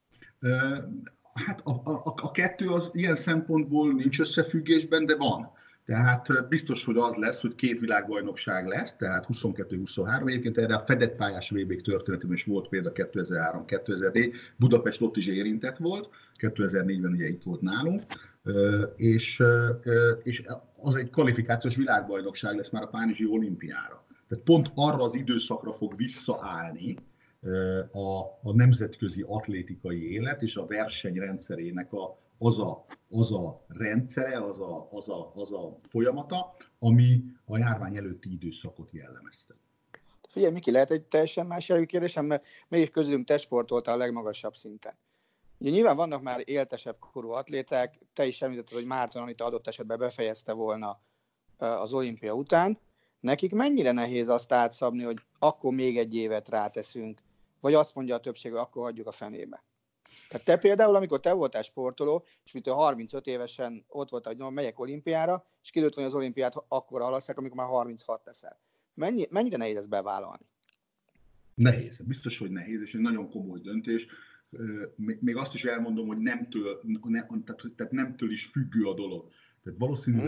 Hát a, a, a kettő az ilyen szempontból nincs összefüggésben, de van. Tehát biztos, hogy az lesz, hogy két világbajnokság lesz, tehát huszonkettő-huszonhárom. Egyébként erre a fedett pályás vé bék történetében is volt például kétezer-három kétezer-négy. Budapest ott is érintett volt, kétezer-négyben ugye itt volt nálunk, és, és az egy kvalifikációs világbajnokság lesz már a Párizsi olimpiára. Tehát pont arra az időszakra fog visszaállni a, a nemzetközi atlétikai élet és a versenyrendszerének a Az a, az a rendszere, az a, az, a, az a folyamata, ami a járvány előtti időszakot jellemezte. Figyelj, Miki, lehet egy teljesen más jellegű kérdésem, mert mégis közülünk te sportoltál a legmagasabb szinten. Ugye nyilván vannak már éltesebb korú atléták, te is említetted, hogy Márton Anita adott esetben befejezte volna az olimpia után. Nekik mennyire nehéz azt átszabni, hogy akkor még egy évet ráteszünk, vagy azt mondja a többség, hogy akkor hagyjuk a fenébe? Tehát te például, amikor te voltál sportoló, és mint a harmincöt évesen ott voltál, hogy megyek olimpiára, és kiderült, hogy az olimpiát akkor halasszák, amikor már harminchat leszel. Mennyi, mennyire nehéz ezt bevállalni? Nehéz, biztos, hogy nehéz, és egy nagyon komoly döntés. Még azt is elmondom, hogy nemtől, ne, tehát, tehát nemtől is függő a dolog. Tehát valószínűleg egy,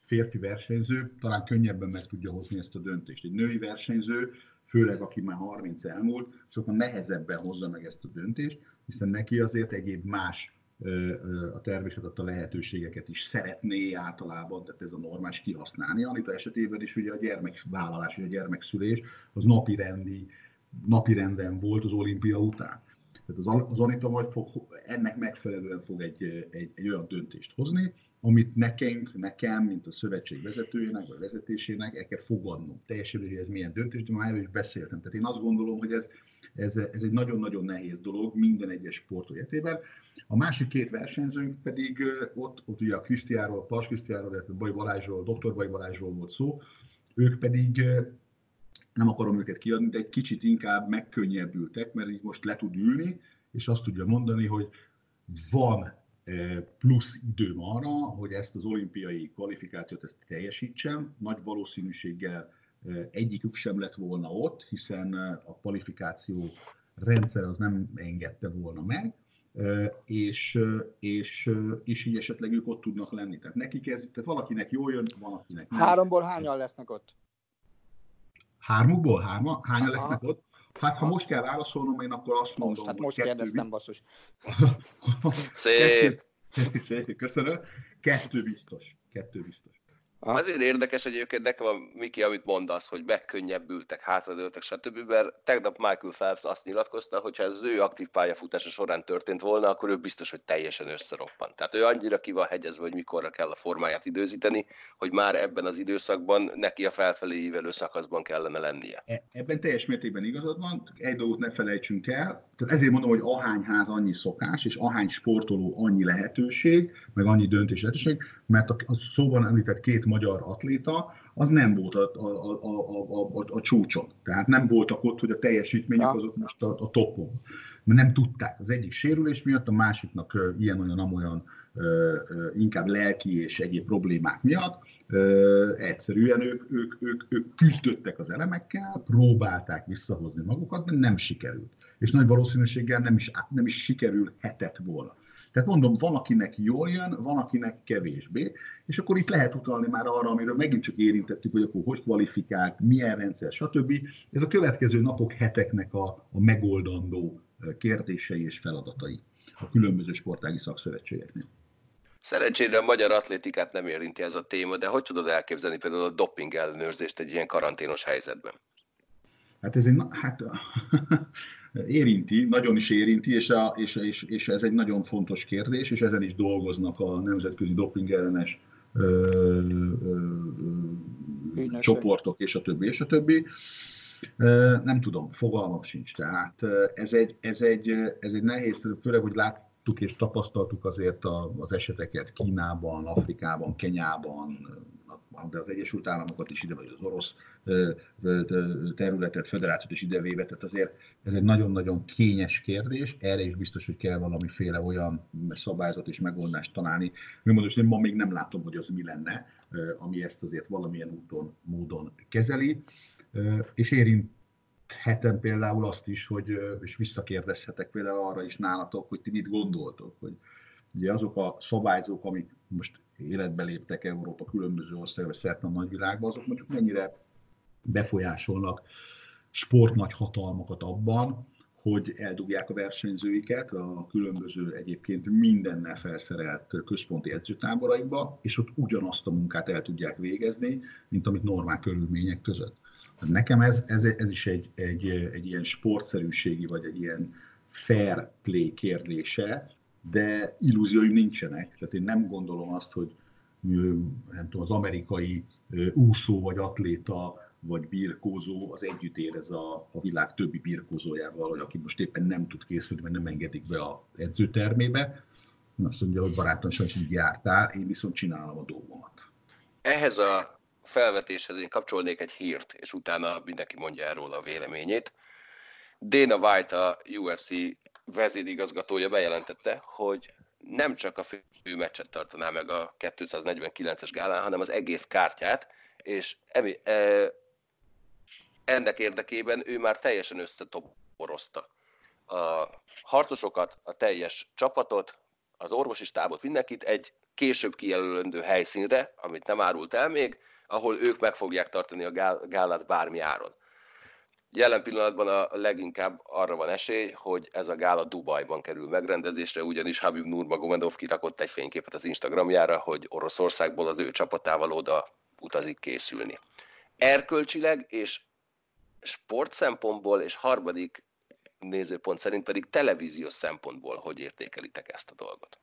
férfi versenyző talán könnyebben meg tudja hozni ezt a döntést. Egy női versenyző, főleg aki már harminc elmúlt, sokkal nehezebben hozza meg ezt a döntést, hiszen neki azért egyéb más a természet adta lehetőségeket is szeretné általában, tehát ez a normális kihasználni. Anita esetében is ugye a gyermekvállalás, a gyermekszülés az napirendi, napirenden volt az olimpia után. Tehát az, az Anita majd fog, ennek megfelelően fog egy, egy, egy olyan döntést hozni, amit nekem, nekem, mint a szövetség vezetőjének, vagy vezetésének el kell fogadnom. Teljesen, hogy ez milyen döntés, de már erről is beszéltem. Tehát én azt gondolom, hogy ez, ez, ez egy nagyon-nagyon nehéz dolog minden egyes sport esetében. A másik két versenyzőnk pedig ott, ott ugye a Krisztiáról, Pals Krisztiáról, illetve Baj Balázsról, doktor Baj Balázsról volt szó, ők pedig nem akarom őket kiadni, de egy kicsit inkább megkönnyebbültek, mert így most le tud ülni, és azt tudja mondani, hogy van plusz időm arra, hogy ezt az olimpiai kvalifikációt ezt teljesítsem. Nagy valószínűséggel egyikük sem lett volna ott, hiszen a kvalifikáció rendszer az nem engedte volna meg, és, és, és így esetleg ők ott tudnak lenni. Tehát nekik ez, tehát valakinek jól jön, van akinek nem. Háromból hányan lesznek ott? Hármukból? Hárma? Hányan Aha. lesznek ott? Hát ha most kell válaszolnom, én akkor azt mondom, most, hát most kérdeztem, basszus. Szép! Kettő, szép, köszönöm. Kettő biztos. Kettő biztos. Azért érdekes egyébként nekem a Miki, amit mondasz, hogy megkönnyebbültek, hátradőltek, stb. Mert tegnap Michael Phelps azt nyilatkozta, hogy ha ez az ő aktív pályafutása során történt volna, akkor ő biztos, hogy teljesen összeroppant. Tehát ő annyira ki van hegyezve, hogy mikorra kell a formáját időzíteni, hogy már ebben az időszakban neki a felfelé ívelő szakaszban kellene lennie. Ebben teljes mértékben igazad van, egy dolgot ne felejtsünk el, tehát ezért mondom, hogy ahány ház annyi szokás, és ahány sportoló annyi lehetőség, meg annyi döntés lehetőség, mert a, a szóban említett két magyar atléta, az nem volt a, a, a, a, a, a csúcson. Tehát nem voltak ott, hogy a teljesítmények azok most a, a topon. Mert nem tudták. Az egyik sérülés miatt, a másiknak uh, ilyen-olyan, amolyan uh, uh, inkább lelki és egyéb problémák miatt. Uh, egyszerűen ők, ők, ők, ők küzdöttek az elemekkel, próbálták visszahozni magukat, de nem sikerült. És nagy valószínűséggel nem is, nem is sikerülhetett volna. Tehát mondom, van, akinek jól jön, van, akinek kevésbé, és akkor itt lehet utalni már arra, amiről megint csak érintettük, hogy akkor hogy kvalifikált, milyen rendszer, stb. Ez a következő napok, heteknek a, a megoldandó kérdései és feladatai a különböző sportági szakszövetségeknél. Szerencsére a magyar atlétikát nem érinti ez a téma, de hogy tudod elképzelni például a doping ellenőrzést egy ilyen karanténos helyzetben? Hát ez egy, hát érinti, nagyon is érinti, és, a, és, és, és ez egy nagyon fontos kérdés, és ezen is dolgoznak a nemzetközi doping ellenes ö, ö, ö, csoportok, és a többi, és a többi. Nem tudom, fogalmam sincs. Tehát ez egy, ez egy, ez egy nehéz, főleg, hogy láttuk és tapasztaltuk azért az eseteket Kínában, Afrikában, Kenyában, de az Egyesült Államokat is ide, vagy az orosz területet, föderációt is idevéve, tehát azért ez egy nagyon-nagyon kényes kérdés, erre is biztos, hogy kell valamiféle olyan szabályzat és megoldást találni. Megmondom, hogy ma még nem látom, hogy az mi lenne, ami ezt azért valamilyen úton, módon kezeli, és érinthetem például azt is, hogy, és visszakérdezhetek például arra is nálatok, hogy ti mit gondoltok, hogy ugye azok a szabályzók, amik most életbe léptek Európa különböző országban, szerte a nagyvilágban, azok mondjuk mennyire befolyásolnak sportnagyhatalmakat abban, hogy eldugják a versenyzőiket a különböző egyébként mindennel felszerelt központi edzőtáboraikba, és ott ugyanazt a munkát el tudják végezni, mint amit normál körülmények között. Nekem ez, ez, ez is egy, egy, egy ilyen sportszerűségi, vagy egy ilyen fair play kérdése, de illúzióim nincsenek. Tehát én nem gondolom azt, hogy nem tudom, az amerikai úszó, vagy atléta, vagy birkózó az együtt érez a, a világ többi birkózójával, vagy aki most éppen nem tud készülni, mert nem engedik be az edzőtermébe. Azt mondja, hogy barátom, sajnos így jártál, én viszont csinálom a dolgomat. Ehhez a felvetéshez én kapcsolnék egy hírt, és utána mindenki mondja erről a véleményét. Dana White, a U F C vezérigazgatója bejelentette, hogy nem csak a fő meccset tartaná meg a kétszáznegyvenkilences gálán, hanem az egész kártyát, és emi, e, ennek érdekében ő már teljesen összetoborozta a harcosokat, a teljes csapatot, az orvosi stábot, mindenkit egy később kijelölendő helyszínre, amit nem árult el még, ahol ők meg fogják tartani a gálát bármi áron. Jelen pillanatban a leginkább arra van esély, hogy ez a gála Dubajban kerül megrendezésre, ugyanis Habib Nurmagomedov kirakott egy fényképet az Instagramjára, hogy Oroszországból az ő csapatával oda utazik készülni. Erkölcsileg és sport szempontból, és harmadik nézőpont szerint pedig televíziós szempontból hogy értékelitek ezt a dolgot?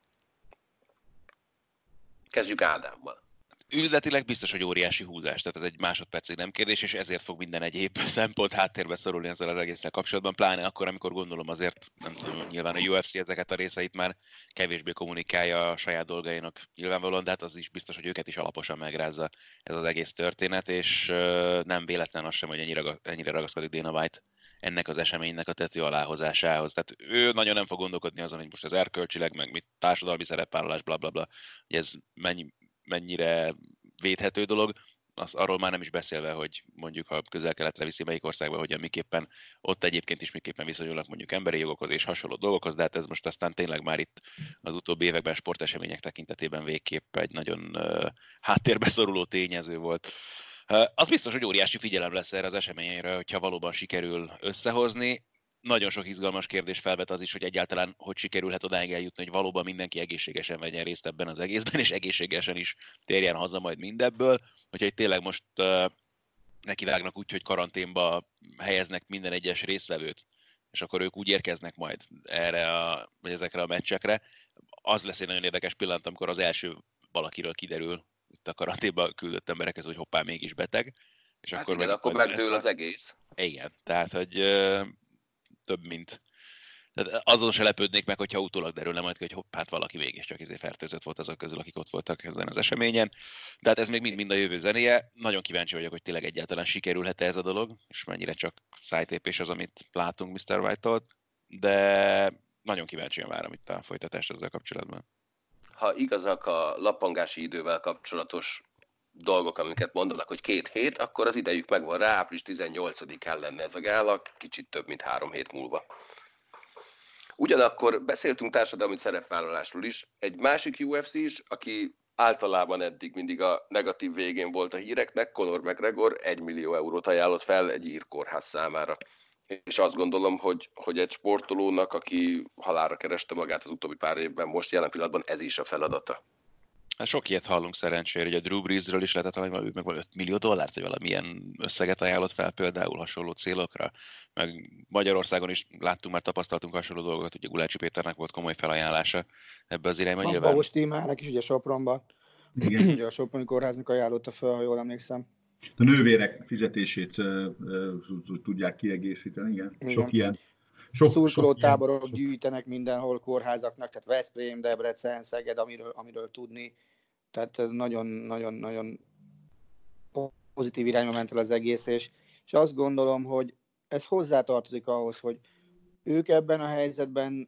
Kezdjük Ádámmal. Üzletileg biztos, hogy óriási húzás, tehát ez egy másodpercig nem kérdés, és ezért fog minden egyéb szempont háttérbe szorulni ezzel az egésszel kapcsolatban, pláne akkor, amikor gondolom azért, nem tudom, nyilván a U F C ezeket a részeit már kevésbé kommunikálja a saját dolgainak nyilvánvalóan, de hát az is biztos, hogy őket is alaposan megrázza ez az egész történet, és nem véletlen az sem, hogy ennyire, ennyire ragaszkodik Dana White ennek az eseménynek a tető aláhozásához. Tehát ő nagyon nem fog gondolkodni azon, hogy most ez erkölcsileg, meg mit társadalmi szerepvállalás, bla bla bla, hogy ez mennyi mennyire védhető dolog, az, arról már nem is beszélve, hogy mondjuk ha közel-keletre viszi melyik országba, hogyan miképpen, ott egyébként is miképpen viszonyulnak mondjuk emberi jogokhoz és hasonló dolgokhoz, de hát ez most aztán tényleg már itt az utóbbi években sportesemények tekintetében végképp egy nagyon uh, háttérbe szoruló tényező volt. Uh, az biztos, hogy óriási figyelem lesz erre az eseményre, hogyha valóban sikerül összehozni. Nagyon sok izgalmas kérdés felvet az is, hogy egyáltalán hogy sikerülhet odáig eljutni, hogy valóban mindenki egészségesen vegyen részt ebben az egészben, és egészségesen is térjen haza majd mindebből. Hogyha itt tényleg most uh, nekivágnak úgy, hogy karanténba helyeznek minden egyes résztvevőt, és akkor ők úgy érkeznek majd erre a, vagy ezekre a meccsekre, az lesz egy nagyon érdekes pillanat, amikor az első valakiről kiderül itt a karanténba küldött emberekhez, hogy hoppá, mégis beteg. És hát akkor, igen, meg, akkor megdől az egész. Igen, tehát, hogy uh, több, mint... Tehát azon se lepődnék meg, hogyha utólag derülne majd ki, hogy hopp, hát valaki mégiscsak izé fertőzött volt azok közül, akik ott voltak ezen az eseményen. Tehát ez még mind-mind a jövő zenéje. Nagyon kíváncsi vagyok, hogy tényleg egyáltalán sikerülhet-e ez a dolog, és mennyire csak szájtépés az, amit látunk miszter White-tól, de nagyon kíváncsian várom itt a folytatást ezzel kapcsolatban. Ha igazak a lappangási idővel kapcsolatos dolgok, amiket mondanak, hogy két hét, akkor az idejük megvan rá, április tizennyolcadikán lenne ez a gála, kicsit több, mint három hét múlva. Ugyanakkor beszéltünk társadalmi szerepvállalásról is. Egy másik U F C is, aki általában eddig mindig a negatív végén volt a híreknek, Conor McGregor egy millió eurót ajánlott fel egy ír kórház számára. És azt gondolom, hogy, hogy egy sportolónak, aki halálra kereste magát az utóbbi pár évben, most jelen pillanatban ez is a feladata. Hát sok ilyet hallunk szerencsére, hogy a Drew Breesről is lehetett valami, meg öt millió dollárt, vagy valamilyen összeget ajánlott fel például hasonló célokra. Meg Magyarországon is láttunk, már tapasztaltunk hasonló dolgokat, ugye Gulácsi Péternek volt komoly felajánlása ebbe az irányba nyilván. Babos Tímának is ugye Sopronban, Igen. ugye a Soproni kórháznak ajánlotta fel, ha jól emlékszem. A nővérek fizetését uh, uh, tudják kiegészíteni, igen. igen. Sok ilyen. Sok, szurkolótáborok sok gyűjtenek mindenhol kórházaknak, tehát Veszprém, Debrecen, Szeged, amiről, amiről tudni. Tehát ez nagyon-nagyon-nagyon pozitív irányba ment el az egész, és, és azt gondolom, hogy ez hozzátartozik ahhoz, hogy ők ebben a helyzetben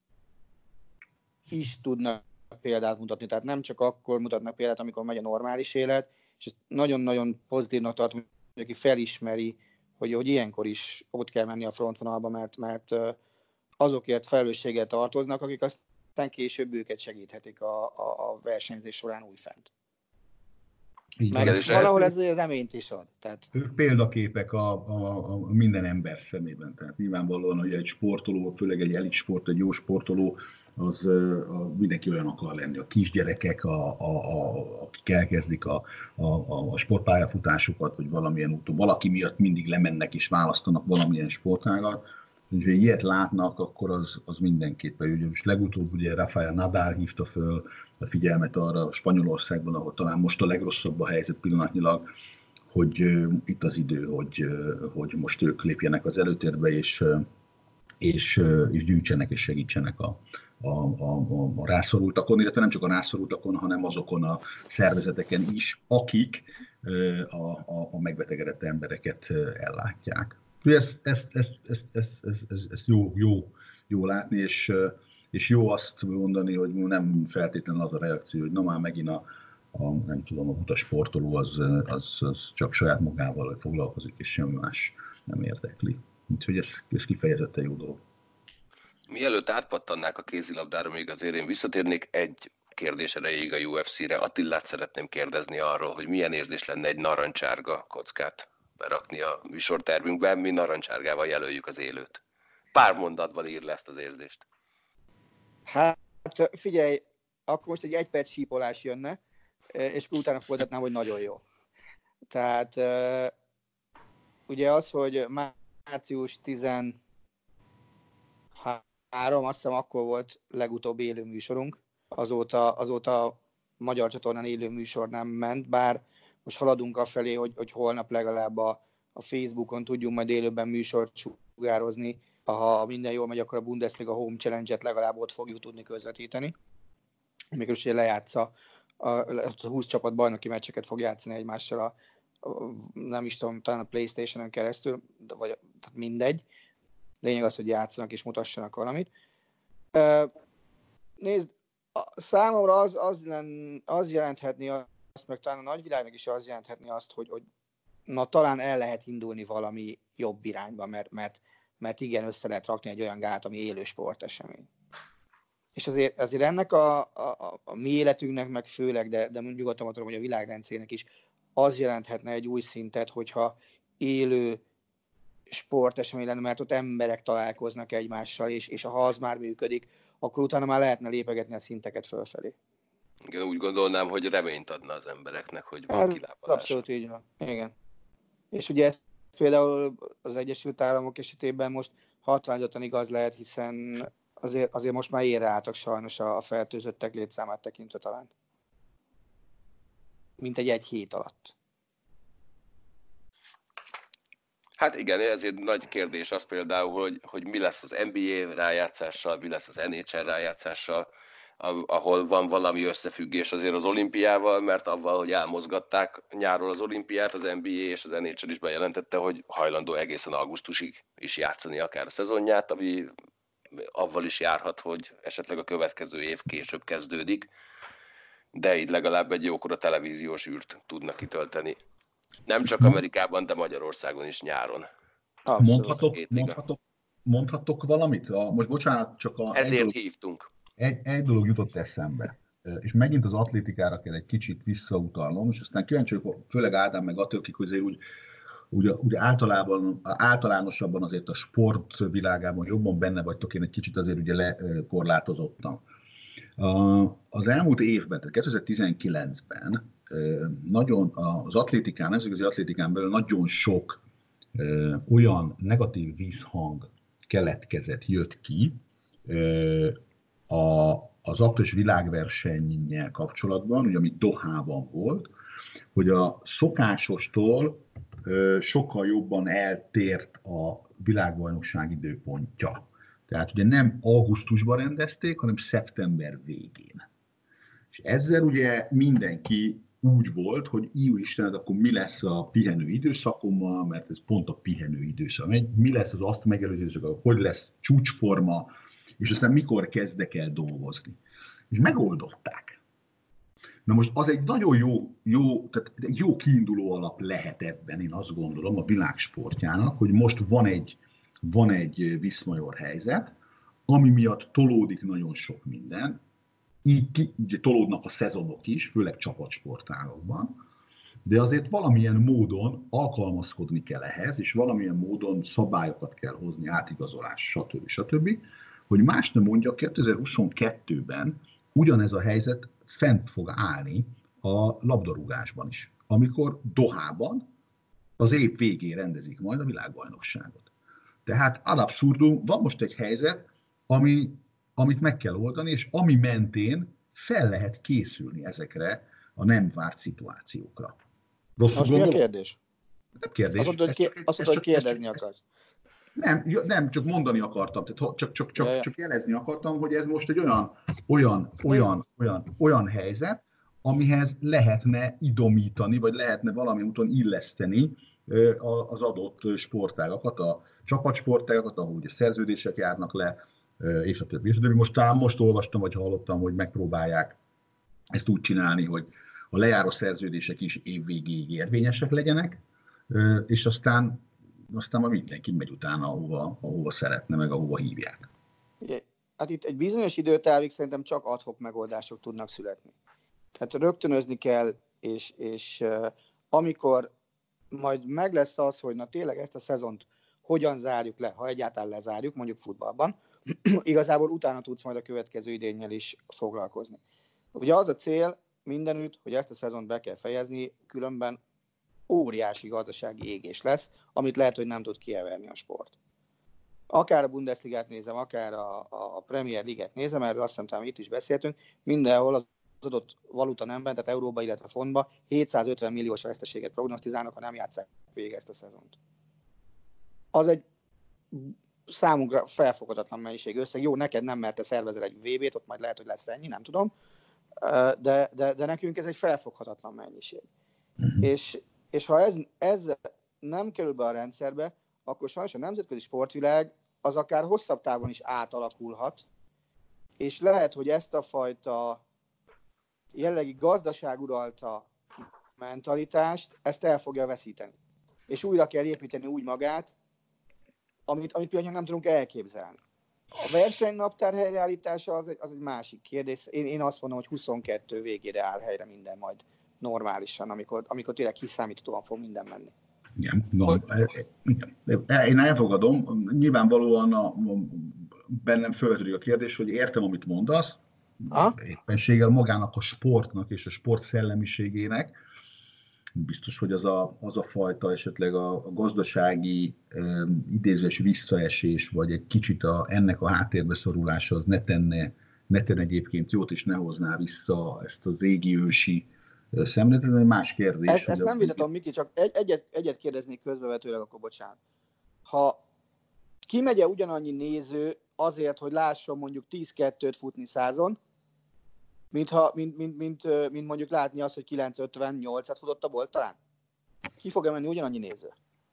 is tudnak példát mutatni. Tehát nem csak akkor mutatnak példát, amikor megy a normális élet, és ezt nagyon-nagyon pozitívnak tartom, hogy aki felismeri, hogy, hogy ilyenkor is ott kell menni a frontvonalba, mert, mert azokért felelősséggel tartoznak, akik aztán később őket segíthetik a, a, a versenyzés során újfent. Meg ez valahol ez reményt is ad. Tehát... Ők példaképek a, a, a minden ember szemében. Tehát nyilvánvalóan, hogy egy sportoló, főleg egy elit sport, egy jó sportoló, az a, mindenki olyan akar lenni. A kisgyerekek, a, a, a, akik elkezdik a, a, a sportpályafutásukat, vagy valamilyen úton, valaki miatt mindig lemennek és választanak valamilyen sportágat. És ha ilyet látnak, akkor az, az mindenképpen. Ugye, most legutóbb ugye Rafael Nadal hívta föl a figyelmet arra Spanyolországban, ahol talán most a legrosszabb a helyzet pillanatnyilag, hogy uh, itt az idő, hogy, uh, hogy most ők lépjenek az előtérbe, és, uh, és, uh, és gyűjtsenek és segítsenek a, a, a, a, a rászorultakon, illetve nem csak a rászorultakon, hanem azokon a szervezeteken is, akik uh, a, a, a megbetegedett embereket uh, ellátják. Ezt, ezt, ezt, ezt, ezt, ezt, ezt, ezt jó, jó, jó látni, és, és jó azt mondani, hogy nem feltétlenül az a reakció, hogy na már megint a, a nem tudom, a buta sportoló az, az, az csak saját magával foglalkozik, és semmi más nem érdekli. Úgyhogy ez, ez kifejezetten jó dolog. Mielőtt átpattannák a kézilabdára, még azért én visszatérnék egy kérdés erejéig a U F C-re. Attilát szeretném kérdezni arról, hogy milyen érzés lenne egy narancsárga kockát berakni a műsortervünkben, mi narancsárgával jelöljük az élőt. Pár mondatban ír le ezt az érzést. Hát figyelj, akkor most egy egy perc sípolás jönne, és utána folytatnám, hogy nagyon jó. Tehát ugye az, hogy március tizenharmadika, azt hiszem akkor volt legutóbb élő műsorunk, azóta, azóta magyar csatornán élő műsor nem ment, bár most haladunk afelé, hogy, hogy holnap legalább a, a Facebookon tudjunk majd élőben műsort sugározni. Ha minden jól megy, akkor a Bundesliga Home Challenge-et legalább ott fogjuk tudni közvetíteni. Mikor ugye lejátsza, a, a húsz csapat bajnoki meccseket fog játszani egymással a, a, nem is tudom, talán a PlayStation-on keresztül, vagy tehát mindegy. Lényeg az, hogy játszanak és mutassanak valamit. Nézd, számomra az, az, az jelenthetni azt, meg talán a nagyvilágnak is az jelenthetni azt, hogy, hogy na talán el lehet indulni valami jobb irányba, mert, mert, mert igen, össze lehet rakni egy olyan gát, ami élő sportesemény. És azért, azért ennek a, a, a mi életünknek, meg főleg, de, de nyugodtan mondom, hogy a világrendszernek is az jelenthetne egy új szintet, hogyha élő sportesemény lenne, mert ott emberek találkoznak egymással, és, és ha az már működik, akkor utána már lehetne lépegetni a szinteket fölfelé. Igen, úgy gondolnám, hogy reményt adna az embereknek, hogy van Ez kilábalás. abszolút így van. Igen. És ugye ez például az Egyesült Államok esetében most hatványozottan igaz lehet, hiszen azért, azért most már érre álltak sajnos a, a fertőzöttek létszámát tekintve talán. Mint egy egy hét alatt. Hát igen, ezért nagy kérdés az például, hogy, hogy mi lesz az N B A rájátszással, mi lesz az N H L rájátszással, ahol van valami összefüggés azért az olimpiával, mert avval, hogy elmozgatták nyáról az olimpiát, az N B A és az N H L is bejelentette, hogy hajlandó egészen augusztusig is játszani akár a szezonját, ami avval is járhat, hogy esetleg a következő év később kezdődik, de így legalább egy jókora televíziós űrt tudnak kitölteni. Nem csak Amerikában, de Magyarországon is nyáron. Mondhatok, mondhatok, mondhatok valamit? A, most bocsánat, csak a... Ezért dolog, hívtunk. Egy, egy dolog jutott eszembe, és megint az atlétikára kell egy kicsit visszautalnom, és aztán kíváncsi vagyok, főleg Ádám meg Attila, akik azért úgy, úgy, úgy általában, általánosabban azért a sport világában jobban benne vagytok, én egy kicsit azért ugye lekorlátozottam. Az elmúlt évben, tehát kétezer-tizenkilencben nagyon az atlétikán, nemzetközi atlétikán belül nagyon sok olyan negatív vízhang keletkezett, jött ki a, az aktuális világversennyel kapcsolatban, ugye, ami Dohában volt, hogy a szokásostól sokkal jobban eltért a világbajnokság időpontja. Tehát ugye nem augusztusban rendezték, hanem szeptember végén. És ezzel ugye mindenki úgy volt, hogy jó Istenet, akkor mi lesz a pihenő időszakommal, mert ez pont a pihenő időszak. Mi lesz az azt megelőző időszak, hogy lesz csúcsforma, és aztán mikor kezdek el dolgozni. És megoldották. Na most az egy nagyon jó, jó, tehát egy jó kiinduló alap lehet ebben, én azt gondolom, a világsportjának, hogy most van egy, van egy viszmajor helyzet, ami miatt tolódik nagyon sok minden, így ki, ugye tolódnak a szezonok is, főleg csapatsportágokban, de azért valamilyen módon alkalmazkodni kell ehhez, és valamilyen módon szabályokat kell hozni, átigazolás, stb. stb., hogy más nem mondja, kétezer-huszonkettőben ugyanez a helyzet fent fog állni a labdarúgásban is, amikor Dohában az év végén rendezik majd a világbajnokságot. Tehát ad abszurdum, van most egy helyzet, ami, amit meg kell oldani, és ami mentén fel lehet készülni ezekre a nem várt szituációkra. Rosszul most gondolom? Mi a kérdés? Nem kérdés. Azt mondod, hogy, azt mondod, hogy kérdezni akarsz. Nem, nem, csak mondani akartam, tehát csak, csak, csak, ja, ja. csak jelezni akartam, hogy ez most egy olyan, olyan, olyan, olyan, olyan helyzet, amihez lehetne idomítani, vagy lehetne valami úton illeszteni az adott sportágakat, a csapatsportágakat, ahol ugye szerződések járnak le, és a többi. És a többi. Most talán most olvastam, vagy hallottam, hogy megpróbálják ezt úgy csinálni, hogy a lejáró szerződések is évvégéig érvényesek legyenek, és aztán aztán már mindenki megy utána, ahova, ahova szeretne, meg ahova hívják. Ugye, hát itt egy bizonyos időtávig szerintem csak ad-hoc megoldások tudnak születni. Tehát rögtönözni kell, és, és uh, amikor majd meg lesz az, hogy na tényleg ezt a szezont hogyan zárjuk le, ha egyáltalán lezárjuk, mondjuk futballban, igazából utána tudsz majd a következő idénnyel is foglalkozni. Ugye az a cél mindenütt, hogy ezt a szezont be kell fejezni, különben óriási gazdasági égés lesz, amit lehet, hogy nem tud kiemelni a sport. Akár a Bundesligát nézem, akár a, a Premier Ligát nézem, erről azt hiszem, talán itt is beszéltünk, mindenhol az adott valuta nemben, tehát euróba, illetve fontba hétszázötven milliós veszteséget prognosztizálnak, ha nem játsszák végig ezt a szezont. Az egy számunkra felfoghatatlan mennyiség összeg. Jó, neked nem, mert te szervezel egy vé bét, ott majd lehet, hogy lesz ennyi, nem tudom, de, de, de nekünk ez egy felfoghatatlan mennyiség. Uh-huh. És, és ha ez, ez nem kerül be a rendszerbe, akkor sajnos a nemzetközi sportvilág az akár hosszabb távon is átalakulhat, és lehet, hogy ezt a fajta jellegi gazdaságuralta mentalitást, ezt el fogja veszíteni. És újra kell építeni úgy magát, amit, amit például nem tudunk elképzelni. A versenynaptár helyreállítása az egy, az egy másik kérdés. Én, én azt mondom, hogy huszonkettő végére áll helyre minden majd normálisan, amikor, amikor tényleg kiszámíthatóan fog minden menni. Igen, no, igen. Én elfogadom. Nyilvánvalóan a, a, bennem felvetődik a kérdés, hogy értem, amit mondasz, ha? Éppenséggel magának a sportnak és a sport szellemiségének, biztos, hogy az a, az a fajta esetleg a, a gazdasági e, idézős visszaesés, vagy egy kicsit a, ennek a háttérbe szorulása az ne tenne, ne tenne egyébként jót, és ne hozná vissza ezt az égi ősi szemléletet, ez egy más kérdés. Ezt, ezt nem vitatom, Miki, csak egy, egyet, egyet kérdeznék közbevetőleg, akkor bocsánat. Ha kimegye ugyanannyi néző azért, hogy lásson mondjuk tíz kettőt futni százon, mint, ha, mint, mint, mint, mint mondjuk látni azt, hogy kilenc ötvennyolcat futott a Bolt talán? Ki fog menni ugyanannyi néző?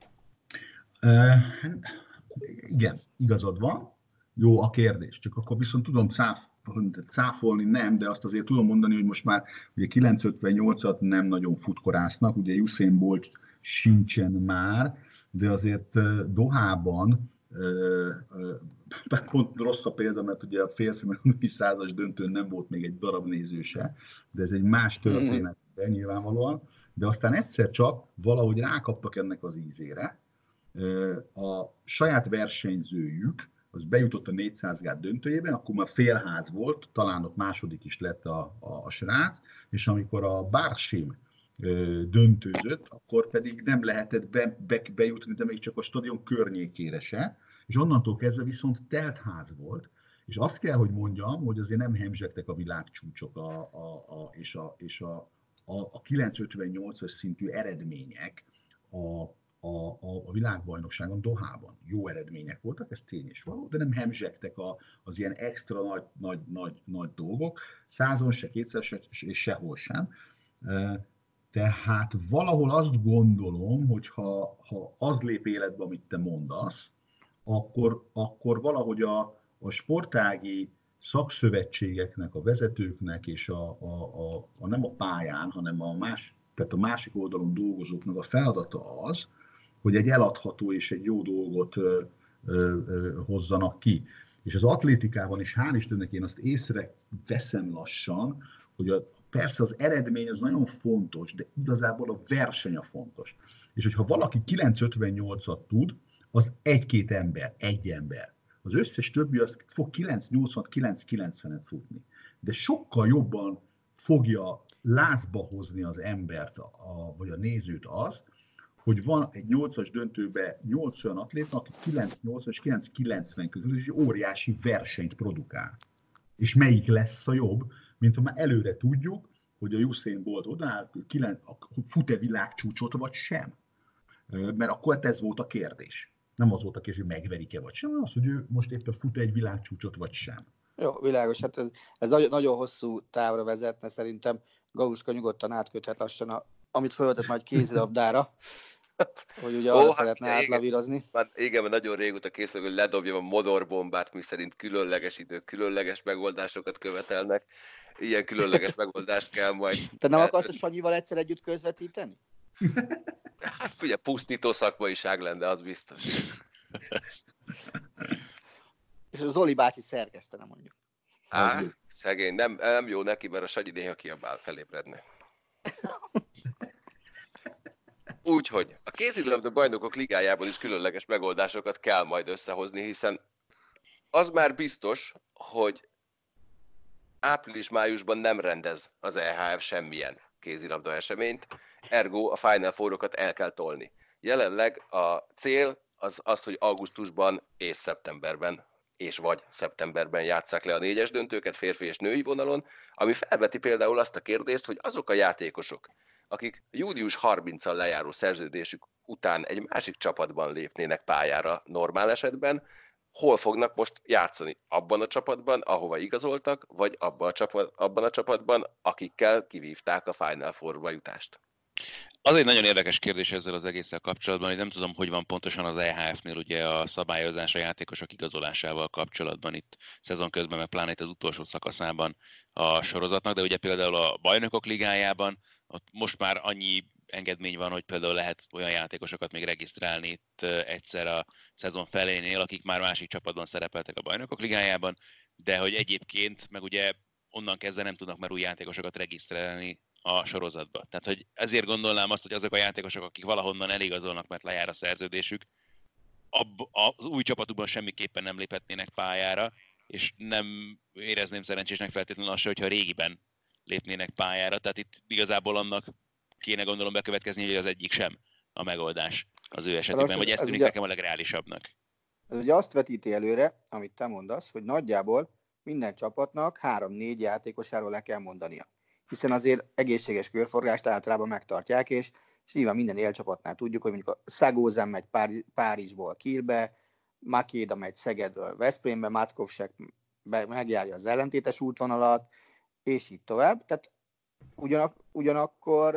Uh, igen, igazad van. Jó a kérdés. Csak akkor viszont tudom cáf, cáfolni, nem, de azt azért tudom mondani, hogy most már ugye kilenc ötvennyolcat nem nagyon futkorásznak, ugye Usain Bolt sincsen már, de azért Dohában pont rossz a példa, mert ugye a férfi meg a százas döntőn nem volt még egy darab nézőse, de ez egy más történet nyilvánvalóan, de aztán egyszer csak valahogy rákaptak ennek az ízére. A saját versenyzőjük az bejutott a négyszáz gát döntőjében, akkor már félház volt, talán ott második is lett a, a, a srác, és amikor a Barsim döntőzött, akkor pedig nem lehetett be, be, bejutni, de még csak a stadion környékére se, és onnantól kezdve viszont telt ház volt, és azt kell, hogy mondjam, hogy azért nem hemzsegtek a világcsúcsok a, a, a, és, a, és a, a, a kilenc ötvennyolcas szintű eredmények a, a, a, a világbajnokságon Dohában. Jó eredmények voltak, ez tény és való, de nem hemzsegtek a, az ilyen extra nagy, nagy, nagy, nagy dolgok, százon se, kétszer se, és sehol sem. Tehát valahol azt gondolom, hogy ha, ha az lép életbe, amit te mondasz, akkor, akkor valahogy a, a sportági szakszövetségeknek, a vezetőknek és a, a, a, a nem a pályán, hanem a, más, tehát a másik oldalon dolgozóknak a feladata az, hogy egy eladható és egy jó dolgot ö, ö, ö, hozzanak ki. És az atlétikában is, hál' Istennek én azt észreveszem lassan, hogy a, persze az eredmény az nagyon fontos, de igazából a verseny a fontos. És hogyha valaki kilenc ötvennyolcat tud, az egy-két ember, egy ember. Az összes többi az fog kilenc nyolcvan kilenc kilencvenet futni. De sokkal jobban fogja lázba hozni az embert, a, a, vagy a nézőt az, hogy van egy nyolcas döntőben nyolc olyan atléta, aki kilenc nyolcvan és kilenc kilencven közül is óriási versenyt produkál. És melyik lesz a jobb, mint ha már előre tudjuk, hogy a Usain Bolt odáll, fut-e világcsúcsot, vagy sem. Mert akkor ez volt a kérdés. Nem az volt a kérdés, hogy megverik-e, vagy sem, hanem az, hogy ő most éppen fut egy világcsúcsot, vagy sem. Jó, világos. Hát ez, ez nagyon, nagyon hosszú távra vezetne, szerintem Galuska nyugodtan átköthet lassan, a, amit fölvetett majd kézilabdára, hogy ugye arra oh, szeretne hát, átlavírozni. Már igen, mert nagyon régóta készül, hogy ledobjam a modorbombát, mi szerint különleges idők, különleges megoldásokat követelnek. Ilyen különleges megoldást kell majd. Te nem akarsz a Sanyival egyszer együtt közvetíteni? Hát ugye pusztító szakmaiság lenne, az biztos. és a Zoli bácsi szerkesztene mondjuk. Á, szegény, nem, nem jó neki, mert a Sanyi néha kiabál felébredni. Úgyhogy a kézilabda bajnokok ligájából is különleges megoldásokat kell majd összehozni, hiszen az már biztos, hogy április-májusban nem rendez az é há ef semmilyen kézilabda eseményt, ergo a Final Four-okat el kell tolni. Jelenleg a cél az az, hogy augusztusban és szeptemberben és vagy szeptemberben játsszák le a négyes döntőket férfi és női vonalon, ami felveti például azt a kérdést, hogy azok a játékosok, akik július harmincadikáig lejáró szerződésük után egy másik csapatban lépnének pályára normál esetben, hol fognak most játszani? Abban a csapatban, ahova igazoltak, vagy abban a, csapat, abban a csapatban, akikkel kivívták a Final Four-ba jutást? Az egy nagyon érdekes kérdés ezzel az egésszel kapcsolatban, hogy nem tudom, hogy van pontosan az é há ef-nél ugye a szabályozás a játékosok igazolásával kapcsolatban itt szezon közben, meg pláne itt az utolsó szakaszában a sorozatnak, de ugye például a Bajnokok Ligájában ott most már annyi engedmény van, hogy például lehet olyan játékosokat még regisztrálni itt egyszer a szezon felénél, akik már másik csapatban szerepeltek a Bajnokok Ligájában, de hogy egyébként meg ugye onnan kezdve nem tudnak már új játékosokat regisztrálni a sorozatba. Tehát, hogy ezért gondolnám azt, hogy azok a játékosok, akik valahonnan eligazolnak, mert lejár a szerződésük, ab, az új csapatukban semmiképpen nem léphetnének pályára, és nem érezném szerencsésnek feltétlenül azt, hogyha régiben lépnének pályára. Tehát itt igazából annak kéne gondolom bekövetkezni, hogy az egyik sem a megoldás az ő esetében, vagy ez tűnik ugye, nekem a legreálisabbnak. Ez ugye azt vetíti előre, amit te mondasz, hogy nagyjából minden csapatnak három-négy játékosáról le kell mondania. Hiszen azért egészséges körforgást általában megtartják, és, és nyilván minden élcsapatnál tudjuk, hogy mondjuk a Szagózen megy Pári, Párizsból Kielbe, Makéda megy Szegedről Veszprémbe, Mackovsek megjárja az ellentétes útvonalat, és így tovább. Tehát ugyanak, ugyanakkor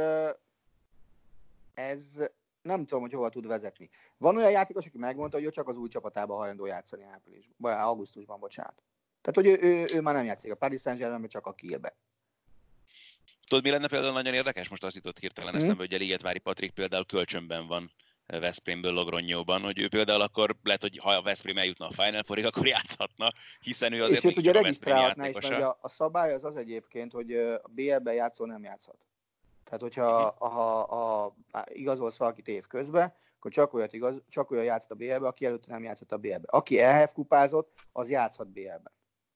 ez nem tudom, hogy hova tud vezetni. Van olyan játékos, aki megmondta, hogy ő csak az új csapatában hajlandó játszani áprilisban, vagy augusztusban, bocsánat. Tehát, hogy ő, ő, ő már nem játszik a Paris Saint-Germainben, csak a Kielbe. Tudod, mi lenne például nagyon érdekes? Most azt jutott hirtelen eszembe, mm. hogy a Ligetvári Patrik például kölcsönben van Veszprémből Logronnyóban, hogy ő például akkor lehet, hogy ha a Veszprém eljutna a Final Fourig, akkor játszhatna, hiszen ő azért és őt ugye regisztrálhatná is, mert a, a szabály az az egyébként, hogy a bé el-ben játszó nem játszhat. Tehát, hogyha uh-huh. ha, ha igazolsz valakit év közben, akkor csak, olyat igaz, csak olyan játszott a bé el-be, aki előtte nem játszott a bé el-be. Aki é há ef kupázott, az játszhat bé el-ben.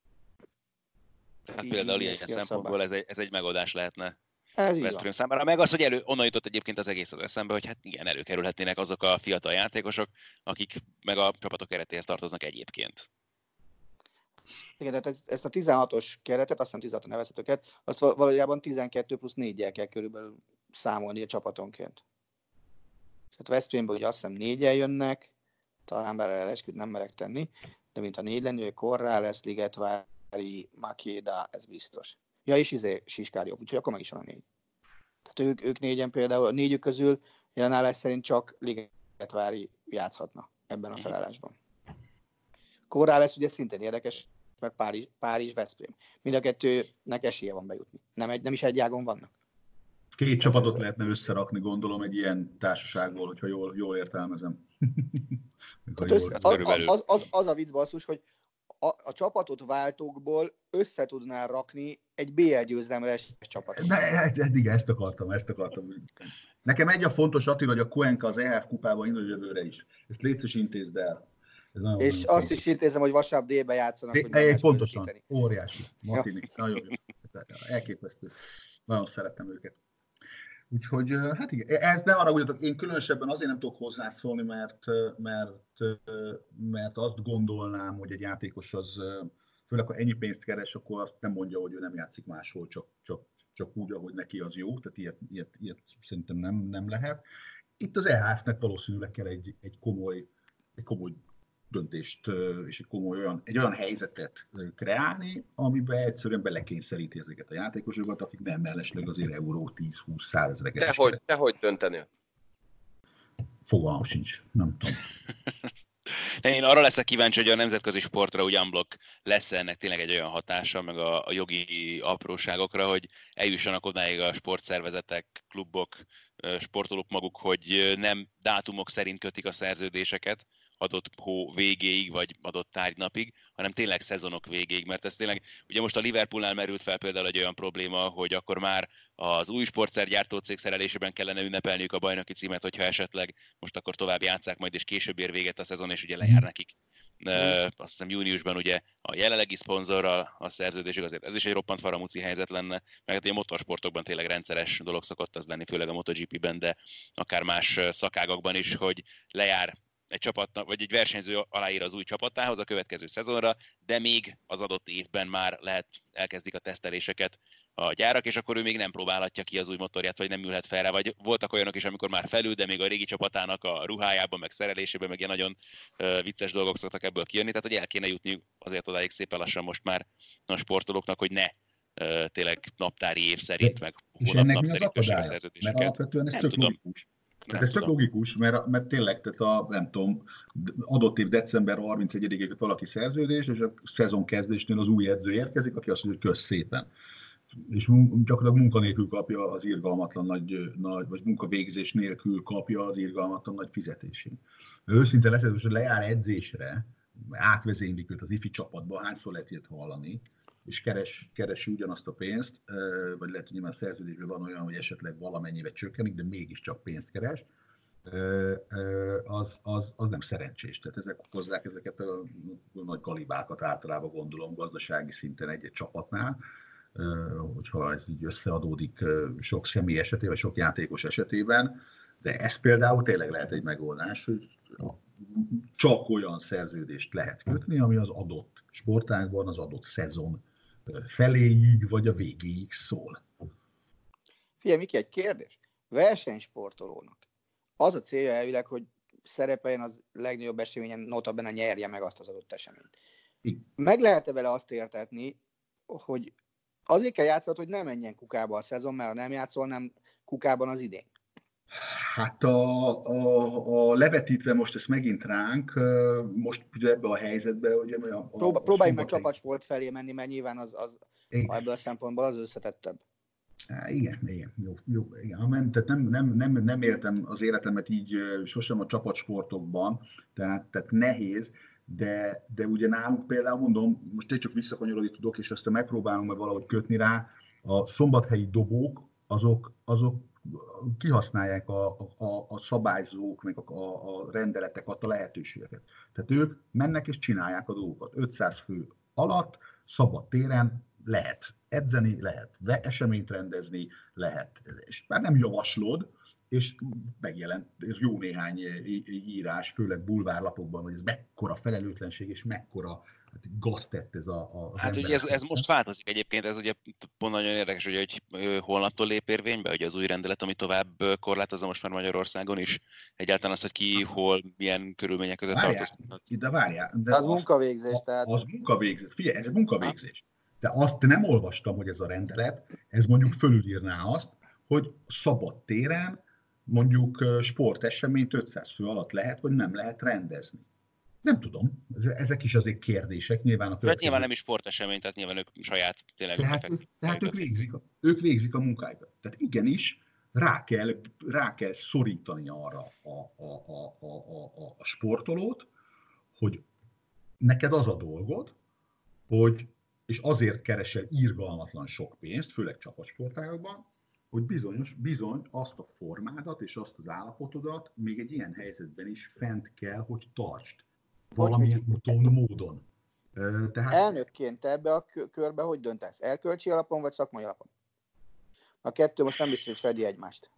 Hát így például ilyen szempontból ez egy, ez egy megoldás lehetne ez Veszprém számára. Meg az, hogy elő, onnan jutott egyébként az egész az eszembe, hogy hát igen, előkerülhetnének azok a fiatal játékosok, akik meg a csapatok keretéhez tartoznak egyébként. Igen, tehát ezt a tizenhatos keretet, azt hiszem tizenhat nevezhetőket, azt valójában tizenkettő plusz négyel kell körülbelül számolni a csapatonként. Tehát Veszprémből ugye azt hiszem négyen jönnek, talán bár elesküt nem merek tenni, de mint a négy lenni, hogy Korrál lesz, Ligetvári, Makéda, ez biztos. Ja, és izé Siskárjov, úgyhogy akkor meg is van a négy. Tehát ők, ők négyen például, a négyük közül jelenállás szerint csak Ligetvári játszhatna ebben a felállásban. Korrál lesz ugye szintén érdekes, mert Párizs, Párizs Veszprém. Mind a kettőnek esélye van bejutni. Nem, egy, nem is egy ágon vannak. Két csapatot lehetne összerakni, gondolom, egy ilyen társaságból, hogyha jól, jól értelmezem. jól össze, az, az, az, az a vicc basszus, hogy a, a csapatot váltókból össze tudnál rakni egy bé el győzelemres csapatot. De, eddig ezt akartam, ezt akartam. Nekem egy a fontos, Attila, hogy a Cuenca az é há ef kupában indul jövőre is. Ezt légy szíves intézd el. És azt fontos. Is intézem, hogy vasárnap délben játszanak. Hogy egy pontosan, óriási. Martini, nagyon jó. Elképesztő. Nagyon szeretem őket. Úgyhogy, hát igen, ez ne arra ugyatok, én különösebben azért nem tudok hozzászólni, mert, mert, mert azt gondolnám, hogy egy játékos az, főleg ha ennyi pénzt keres, akkor azt nem mondja, hogy ő nem játszik máshol, csak, csak, csak úgy, ahogy neki az jó, tehát ilyet, ilyet, ilyet szerintem nem, nem lehet. Itt az é há ef-nek valószínűleg kell egy, egy komoly, egy komoly döntést és egy komoly olyan, egy olyan helyzetet kreálni, amiben egyszerűen belekényszeríti ezeket a játékosokat, akik nem mellesleg azért euró tíz-húsz-százezreket. Te hogy, te hogy döntenél? Fogalmam sincs, nem tudom. Én arra leszek kíváncsi, hogy a nemzetközi sportra úgy unblock lesz ennek tényleg egy olyan hatása, meg a, a jogi apróságokra, hogy eljussanak odáig a sportszervezetek, klubok, sportolók maguk, hogy nem dátumok szerint kötik a szerződéseket, adott hó végéig, vagy adott tárgynapig, hanem tényleg szezonok végéig, mert ez tényleg, ugye most a Liverpoolnál merült fel például egy olyan probléma, hogy akkor már az új sportszergyártó cég szerelésében kellene ünnepelniük a bajnoki címet, hogyha esetleg most akkor tovább játsszák majd, és később ér véget a szezon, és ugye lejár nekik. Uh, azt hiszem júniusban ugye a jelenlegi szponzorral a szerződésük, azért ez is egy roppant faramúci helyzet lenne, meg a motorsportokban tényleg rendszeres dolog szokott az lenni, főleg a MotoGP-ben, de akár más szakágakban is, hogy lejár egy csapatnak, vagy egy versenyző aláír az új csapatához a következő szezonra, de még az adott évben már lehet, elkezdik a teszteléseket a gyárak, és akkor ő még nem próbálhatja ki az új motorját, vagy nem ülhet fel rá, vagy voltak olyanok is, amikor már felül, de még a régi csapatának a ruhájában, meg szerelésében, meg ilyen nagyon uh, vicces dolgok szoktak ebből kijönni, tehát hogy el kéne jutni azért odáig szépen lassan most már a sportolóknak, hogy ne uh, tényleg naptári év szerint, meg hónap-nap szerint kössék a szerződéseket. Mert alapvetően ez nem tök tudom. logikus. Nem Tehát ez tök tudom. logikus, mert, mert tényleg, tehát a, nem tudom, adott év december harmincegyedikéig valaki szerződés, és a szezon kezdésnél az új edző érkezik, aki azt mondja, hogy kösz szépen. És gyakorlatilag munkanélkül kapja az irgalmatlan nagy, nagy, vagy munkavégzés nélkül kapja az irgalmatlan nagy fizetését. Őszinte lesz, hogy lejár edzésre, átvezénylik őt az ifi csapatba, hányszor lehet ilyet hallani, és keres, keresi ugyanazt a pénzt, vagy lehet, hogy nyilván a szerződésben van olyan, hogy esetleg valamennyivel csökkenik, de mégiscsak pénzt keres, az, az, az nem szerencsés. Tehát ezek okozzák ezeket a nagy galibákat általában gondolom gazdasági szinten egy-egy csapatnál, hogyha ez így összeadódik sok személy esetében, vagy sok játékos esetében, de ez például tényleg lehet egy megoldás, hogy csak olyan szerződést lehet kötni, ami az adott sportágban, az adott szezon feléig, vagy a végéig szól. Figyelj, Miki, egy kérdés. Versenysportolónak az a célja elvileg, hogy szerepeljen az legnagyobb eseményen, notabene nyerje meg azt az adott eseményt. Igen. Meg lehet-e vele azt értetni, hogy azért kell játszani, hogy nem menjen kukába a szezon, mert ha nem játszol, nem kukában az idén? Hát a, a, a levetítve most ezt megint ránk, most ugye ebbe a helyzetbe, ugye a, a, Próba, Próbáljunk meg csapatsport felé menni, mert nyilván az, az ebből a szempontból az összetettebb. Há, igen, igen, jó, jó, igen. Tehát nem, nem, nem, nem éltem az életemet így sosem a csapatsportokban, tehát, tehát nehéz, de, de ugye nálunk például mondom, most én csak visszakanyarodni tudok, és aztán megpróbálom meg valahogy kötni rá, a szombathelyi dobók, azok, azok kihasználják a, a, a szabályzók, meg a, a rendeletek adta lehetőségeket. Tehát ők mennek és csinálják a dolgokat. ötszáz fő alatt, szabad téren lehet edzeni, lehet eseményt rendezni, lehet, és már nem javaslod, és megjelent jó néhány írás, főleg bulvárlapokban, hogy ez mekkora felelőtlenség, és mekkora gaz tett ez a... a hát ugye ez, ez most változik egyébként, ez ugye pont nagyon érdekes, hogy, hogy holnaptól lép érvénybe, hogy az új rendelet, ami tovább korlátozza most már Magyarországon is, egyáltalán az, hogy ki, hol, milyen körülmények között tartoznak. De várjál. De az, az munkavégzés, tehát... Az munkavégzés. Figyelj, ez munkavégzés. De azt nem olvastam, hogy ez a rendelet, ez mondjuk fölülírná azt, hogy szabad téren mondjuk sporteseményt ötszáz fő alatt lehet, vagy nem lehet rendezni. Nem tudom, ezek is azért kérdések, nyilván a következő... Hát nyilván nem is sportesemény, tehát nyilván ők saját tényleg... Tehát, tehát ők, végzik, ők végzik a munkájukat. Tehát igenis, rá kell, rá kell szorítani arra a, a, a, a, a, a sportolót, hogy neked az a dolgod, hogy, és azért keresel irgalmatlan sok pénzt, főleg csapatsportágokban, hogy bizonyos, bizony azt a formádat és azt az állapotodat még egy ilyen helyzetben is fent kell, hogy tartsd. Valamilyen úton, módon. Tehát... Elnökként ebbe a körbe hogy döntesz? Erkölcsi alapon vagy szakmai alapon? A kettő most nem biztos, hogy fedi egymást.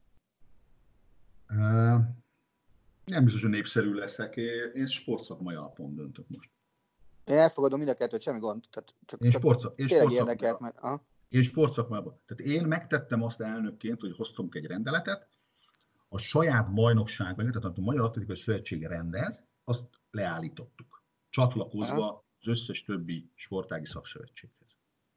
Uh, nem biztos, hogy népszerű leszek. Én sportszakmai alapon döntök most. Én elfogadom mind a kettőt, semmi gond. Tehát csak, én csak sportszak, tényleg érdekelt, mert... Aha. Én sportszakmában. Tehát én megtettem azt elnökként, hogy hoztunk egy rendeletet, a saját bajnokságban, tehát a Magyar Atlétikai Szövetség rendez, azt leállítottuk, csatlakozva Aha. az összes többi sportági szakszövetséghez.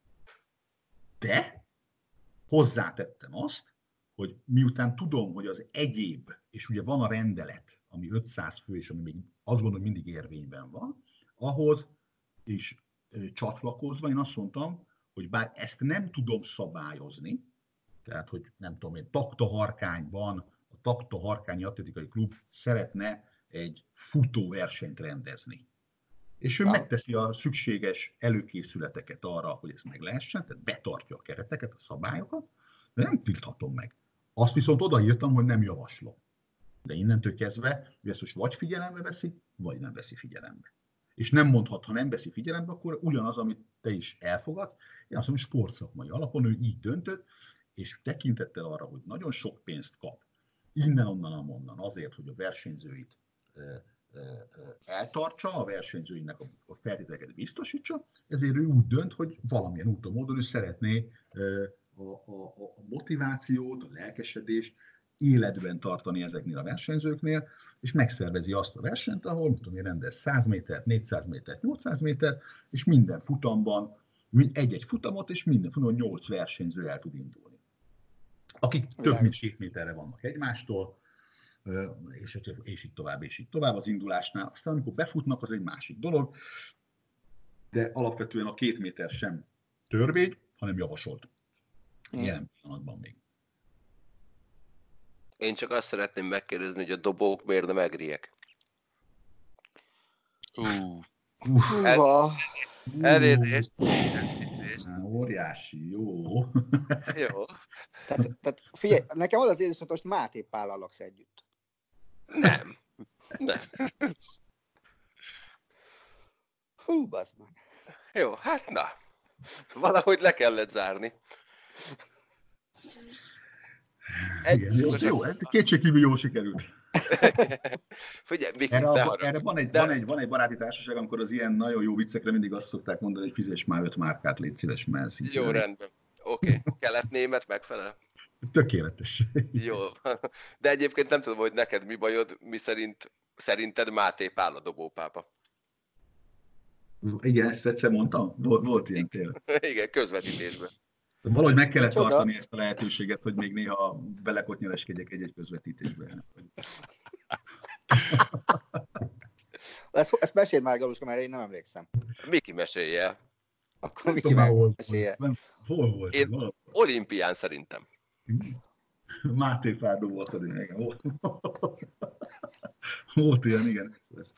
De hozzátettem azt, hogy miután tudom, hogy az egyéb, és ugye van a rendelet, ami ötszáz fő, és ami még azt gondolom, hogy mindig érvényben van, ahhoz is csatlakozva én azt mondtam, hogy bár ezt nem tudom szabályozni, tehát, hogy nem tudom én, Takta Harkányban a Takta Harkányi Atlétikai Klub szeretne egy futóversenyt rendezni. És ő Ha. megteszi a szükséges előkészületeket arra, hogy ezt meg lehessen, tehát betartja a kereteket, a szabályokat, de nem tilthatom meg. Azt viszont odaírtam, hogy nem javaslom. De innentől kezdve, hogy ezt most vagy figyelembe veszi, vagy nem veszi figyelembe. És nem mondhat, ha nem veszi figyelembe, akkor ugyanaz, amit te is elfogadsz. Én azt mondom, sportszakmai alapon ő így döntött, és tekintettel arra, hogy nagyon sok pénzt kap, innen, onnan, amonnan, azért, hogy a versenyzőit eltartsa, a versenyzőinek a feltételeket biztosítsa, ezért ő úgy dönt, hogy valamilyen úton, módon ő szeretné a, a, a motivációt, a lelkesedést életben tartani ezeknél a versenyzőknél, és megszervezi azt a versenyt, ahol, mit tudom én, rendez száz métert, négyszáz métert, nyolcszáz métert, és minden futamban, egy-egy futamot, és minden futamon nyolc versenyző el tud indulni. Akik több mint két méterre vannak egymástól, és, és így tovább, és így tovább az indulásnál. Aztán amikor befutnak, az egy másik dolog, de alapvetően a két méter sem törvény, hanem javasolt. Jelen pillanatban még. Én csak azt szeretném megkérdezni, hogy a dobók miért nem egriek? Uh. Húha! Elnézést! Óriási, jó. Jó. Tehát, tehát figyelj, nekem az az érzés, hogy most Máté Pállal laksz együtt. Nem. Nem. Hú, bazd meg. Jó, hát na. Valahogy le kellett zárni. Igen, jó, jó, kétségkívül jól sikerült. Figyelj, Miki, erre, ne a, erre van, egy, de... van, egy, van egy baráti társaság, amikor az ilyen nagyon jó viccekre mindig azt szokták mondani, hogy fizess már öt márkát, légy szíves, mert Jó, szintén. rendben. Oké, okay. Kelet-német megfelel? Tökéletes. Jó. De egyébként nem tudom, hogy neked mi bajod, mi szerint, szerinted Máté Pál a dobópápa. Igen, ezt egyszer mondtam? Volt, volt ilyen tényleg. Igen, közvetítésben. Valahogy meg kellett Csoda. tartani ezt a lehetőséget, hogy még néha belekotnyeleskedjek egy-egy közvetítésbe. Ezt, ezt meséld már, Galuska, mert én nem emlékszem. Miki mesélje el. Akkor Miki Tudom, hol mesélje. volt. Hol volt? Én Hol? olimpián szerintem. Máté Fárdó volt az igen. Volt. Volt ilyen, igen.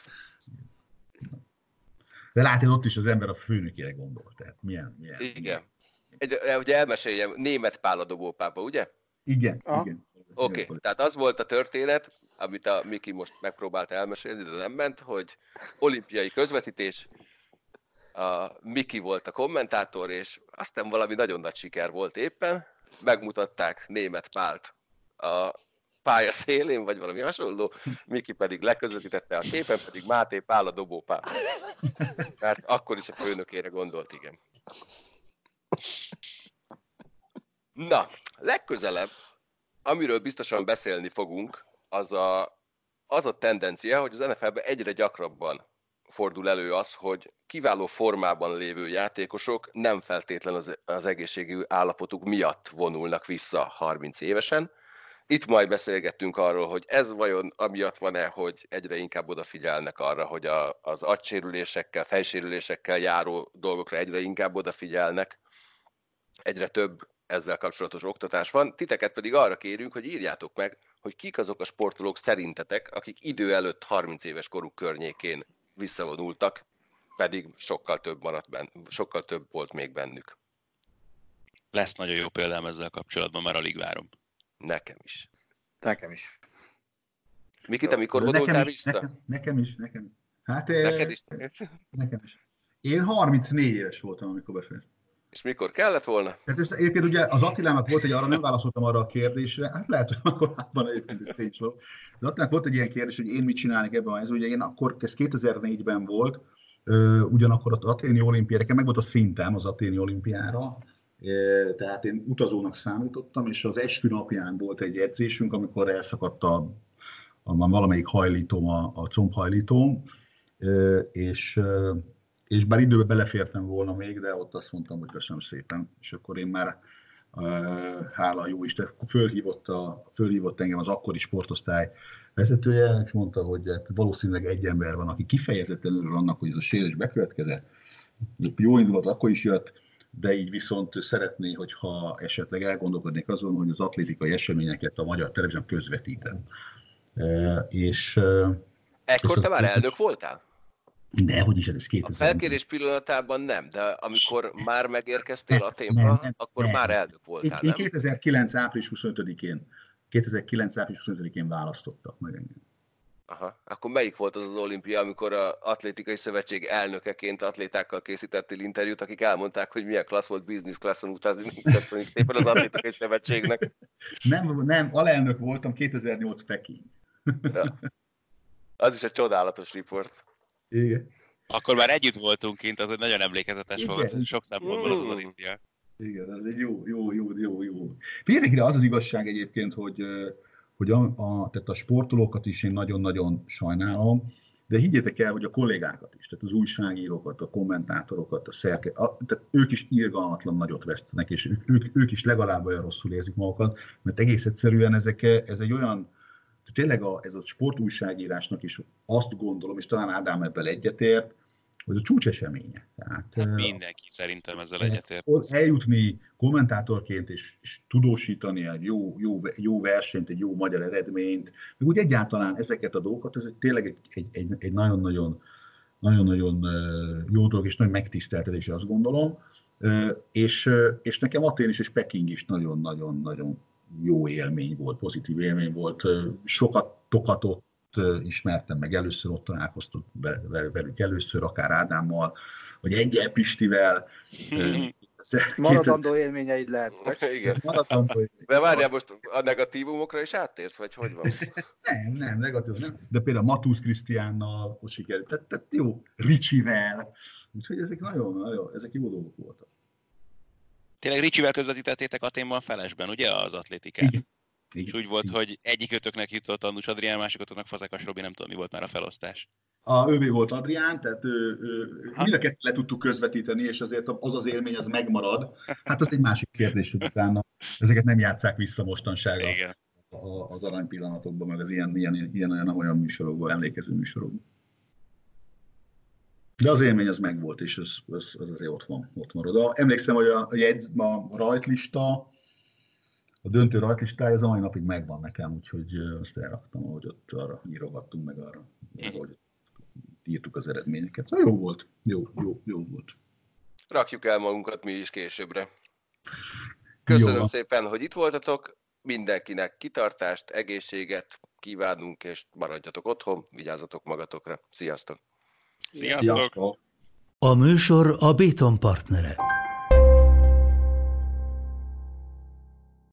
De látod, ott is az ember a főnökére gondolt. Tehát milyen, milyen, Igen. milyen. Egy, ugye elmeséljem, német Pál a dobópápa, ugye? Igen, Aha. igen. Oké, okay. Tehát az volt a történet, amit a Miki most megpróbált elmesélni, de nem ment, hogy olimpiai közvetítés, a Miki volt a kommentátor, és aztán valami nagyon nagy siker volt éppen, megmutatták német Pált a pálya szélén, vagy valami hasonló, Miki pedig leközvetítette a képen, pedig Máté Pál a dobópál. Mert akkor is a főnökére gondolt, igen. Na, legközelebb, amiről biztosan beszélni fogunk, az a, az a tendencia, hogy az en ef el-ben egyre gyakrabban fordul elő az, hogy kiváló formában lévő játékosok nem feltétlen az, az egészségű állapotuk miatt vonulnak vissza harminc évesen. Itt majd beszélgettünk arról, hogy ez vajon amiatt van-e, hogy egyre inkább odafigyelnek arra, hogy a, az agysérülésekkel, fejsérülésekkel járó dolgokra egyre inkább odafigyelnek. Egyre több ezzel kapcsolatos oktatás van. Titeket pedig arra kérünk, hogy írjátok meg, hogy kik azok a sportolók szerintetek, akik idő előtt harminc éves koruk környékén visszavonultak, pedig sokkal több maradt benn, sokkal több volt még bennük. Lesz nagyon jó példám ezzel kapcsolatban, már alig várom. Nekem is. Nekem is. Miki, te mikor vonultál nekem is, vissza? Nekem, nekem is, nekem is. Hát, Neked is? Nekem is. Én harmincnégy éves voltam, amikor befejeztem. És mikor kellett volna? Tehát ez egyébként ugye az Attilának volt egy, arra nem válaszoltam arra a kérdésre, hát lehet, hogy akkor abban egyébként ez tény volt. De Attilának volt egy ilyen kérdés, hogy én mit csinálnék ebben, ez ugye én akkor, ez kétezer-négyben volt, ugyanakkor az Athéni olimpiára, meg volt a szintem az Athéni olimpiára, tehát én utazónak számítottam, és az eskü napján volt egy edzésünk, amikor elszakadt a, a valamelyik hajlítóm, a, a combhajlítóm, és, és bár időbe belefértem volna még, de ott azt mondtam, hogy köszönöm szépen, és akkor én már, hála jó Isten, fölhívott, a, fölhívott engem az akkori sportosztály vezetője, és mondta, hogy hát valószínűleg egy ember van, aki kifejezetten örül annak, hogy ez a sérülés bekövetkezett. Jó indulat akkor is jött, de így viszont szeretné, hogyha esetleg elgondolkodnék azon, hogy az atlétikai eseményeket a magyar televízión közvetítem. E, és... Ez Ekkor te már elnök voltál? Dehogy is, ez A kétezer. felkérés pillanatában nem, de amikor már megérkeztél Nem, Athénba, nem, nem, akkor nem. már elnök Én, voltál, én nem? kétezer-kilenc április huszonötödikén, kétezer-kilenc április huszonötödikén választottak meg engem. Aha. Akkor melyik volt az az olimpia, amikor az Atlétikai Szövetség elnökeként atlétákkal készítettél interjút, akik elmondták, hogy milyen klassz volt business classon utazni? Köszönjük szépen az Atlétikai Szövetségnek. Nem, nem, alelnök voltam, kétezer-nyolc Peking. Ja. Az is egy csodálatos riport. Igen. Akkor már együtt voltunk kint, az egy nagyon emlékezetes Igen. volt, sok szempontból az az Mm. olimpia. Igen, ez egy jó, jó, jó, jó, jó. Figyeljetek ide, az az igazság egyébként, hogy, hogy a, a, tehát a sportolókat is én nagyon-nagyon sajnálom, de higgyétek el, hogy a kollégákat is, tehát az újságírókat, a kommentátorokat, a szerke, a, tehát ők is irgalmatlan nagyot vesztenek, és ők, ők, ők is legalább olyan rosszul érzik magukat, mert egész egyszerűen ezek, ez egy olyan, tényleg a, ez a sportújságírásnak is azt gondolom, és talán Ádám ebben egyetért, hogy a csúcseseménye. Tehát, Hát mindenki szerintem ezzel eh, egyetért. eljutni kommentátorként és, és tudósítani egy jó, jó, jó versenyt, egy jó magyar eredményt, meg úgy egyáltalán ezeket a dolgokat, ez egy, tényleg egy, egy, egy, egy nagyon-nagyon, nagyon-nagyon jó dolog, és nagy megtiszteltetés, azt gondolom. És, és nekem Atén is és Peking is nagyon-nagyon-nagyon jó élmény volt, pozitív élmény volt. Sokat tokatott ismertem meg, először ott találkoztam velük először, akár Ádámmal, vagy Egyel Pistivel. Maradandó élményeid lehettek. Igen. Maradandó élmény. De várjál, most a negatívumokra is áttérsz, vagy hogy van? Nem, nem, negatív nem. De például Matusz Krisztiánnal ott sikerült, tehát, tehát jó, Ricsivel. Úgyhogy ezek nagyon, nagyon, ezek jó dolgok voltak. Tényleg Ricsivel közvetítettétek Athénban Felesben, ugye, az atlétikát? Igen. Igen. És úgy volt, Igen. hogy egyikőtöknek jutott Annus Adrián, másikotoknak Fazekas Robi, nem tudom, mi volt már a felosztás. A ővé volt Adrián, tehát ő, ő, mind a kettőt le tudtuk közvetíteni, és azért az az élmény az megmarad. Hát az egy másik kérdés, hogy utána ezeket nem játsszák vissza mostanságra Igen. az aranypillanatokban, meg az ilyen, ilyen, ilyen olyan, olyan műsorokban, emlékező műsorokban. De az élmény az megvolt, és az, az, az azért ott van, ott marad. A, emlékszem, hogy a, jegyz, a rajtlista, a döntő rajtlistája az a mai napig megvan nekem, úgyhogy azt elraktam, ahogy ott arra írogattunk, meg arra, ahogy írtuk az eredményeket. Szóval jó volt, jó, jó, jó volt. Rakjuk el magunkat mi is későbbre. Köszönöm Jó. szépen, hogy itt voltatok. Mindenkinek kitartást, egészséget kívánunk, és maradjatok otthon, vigyázzatok magatokra. Sziasztok! Sziasztok! Sziasztok! A műsor a Béton partnere.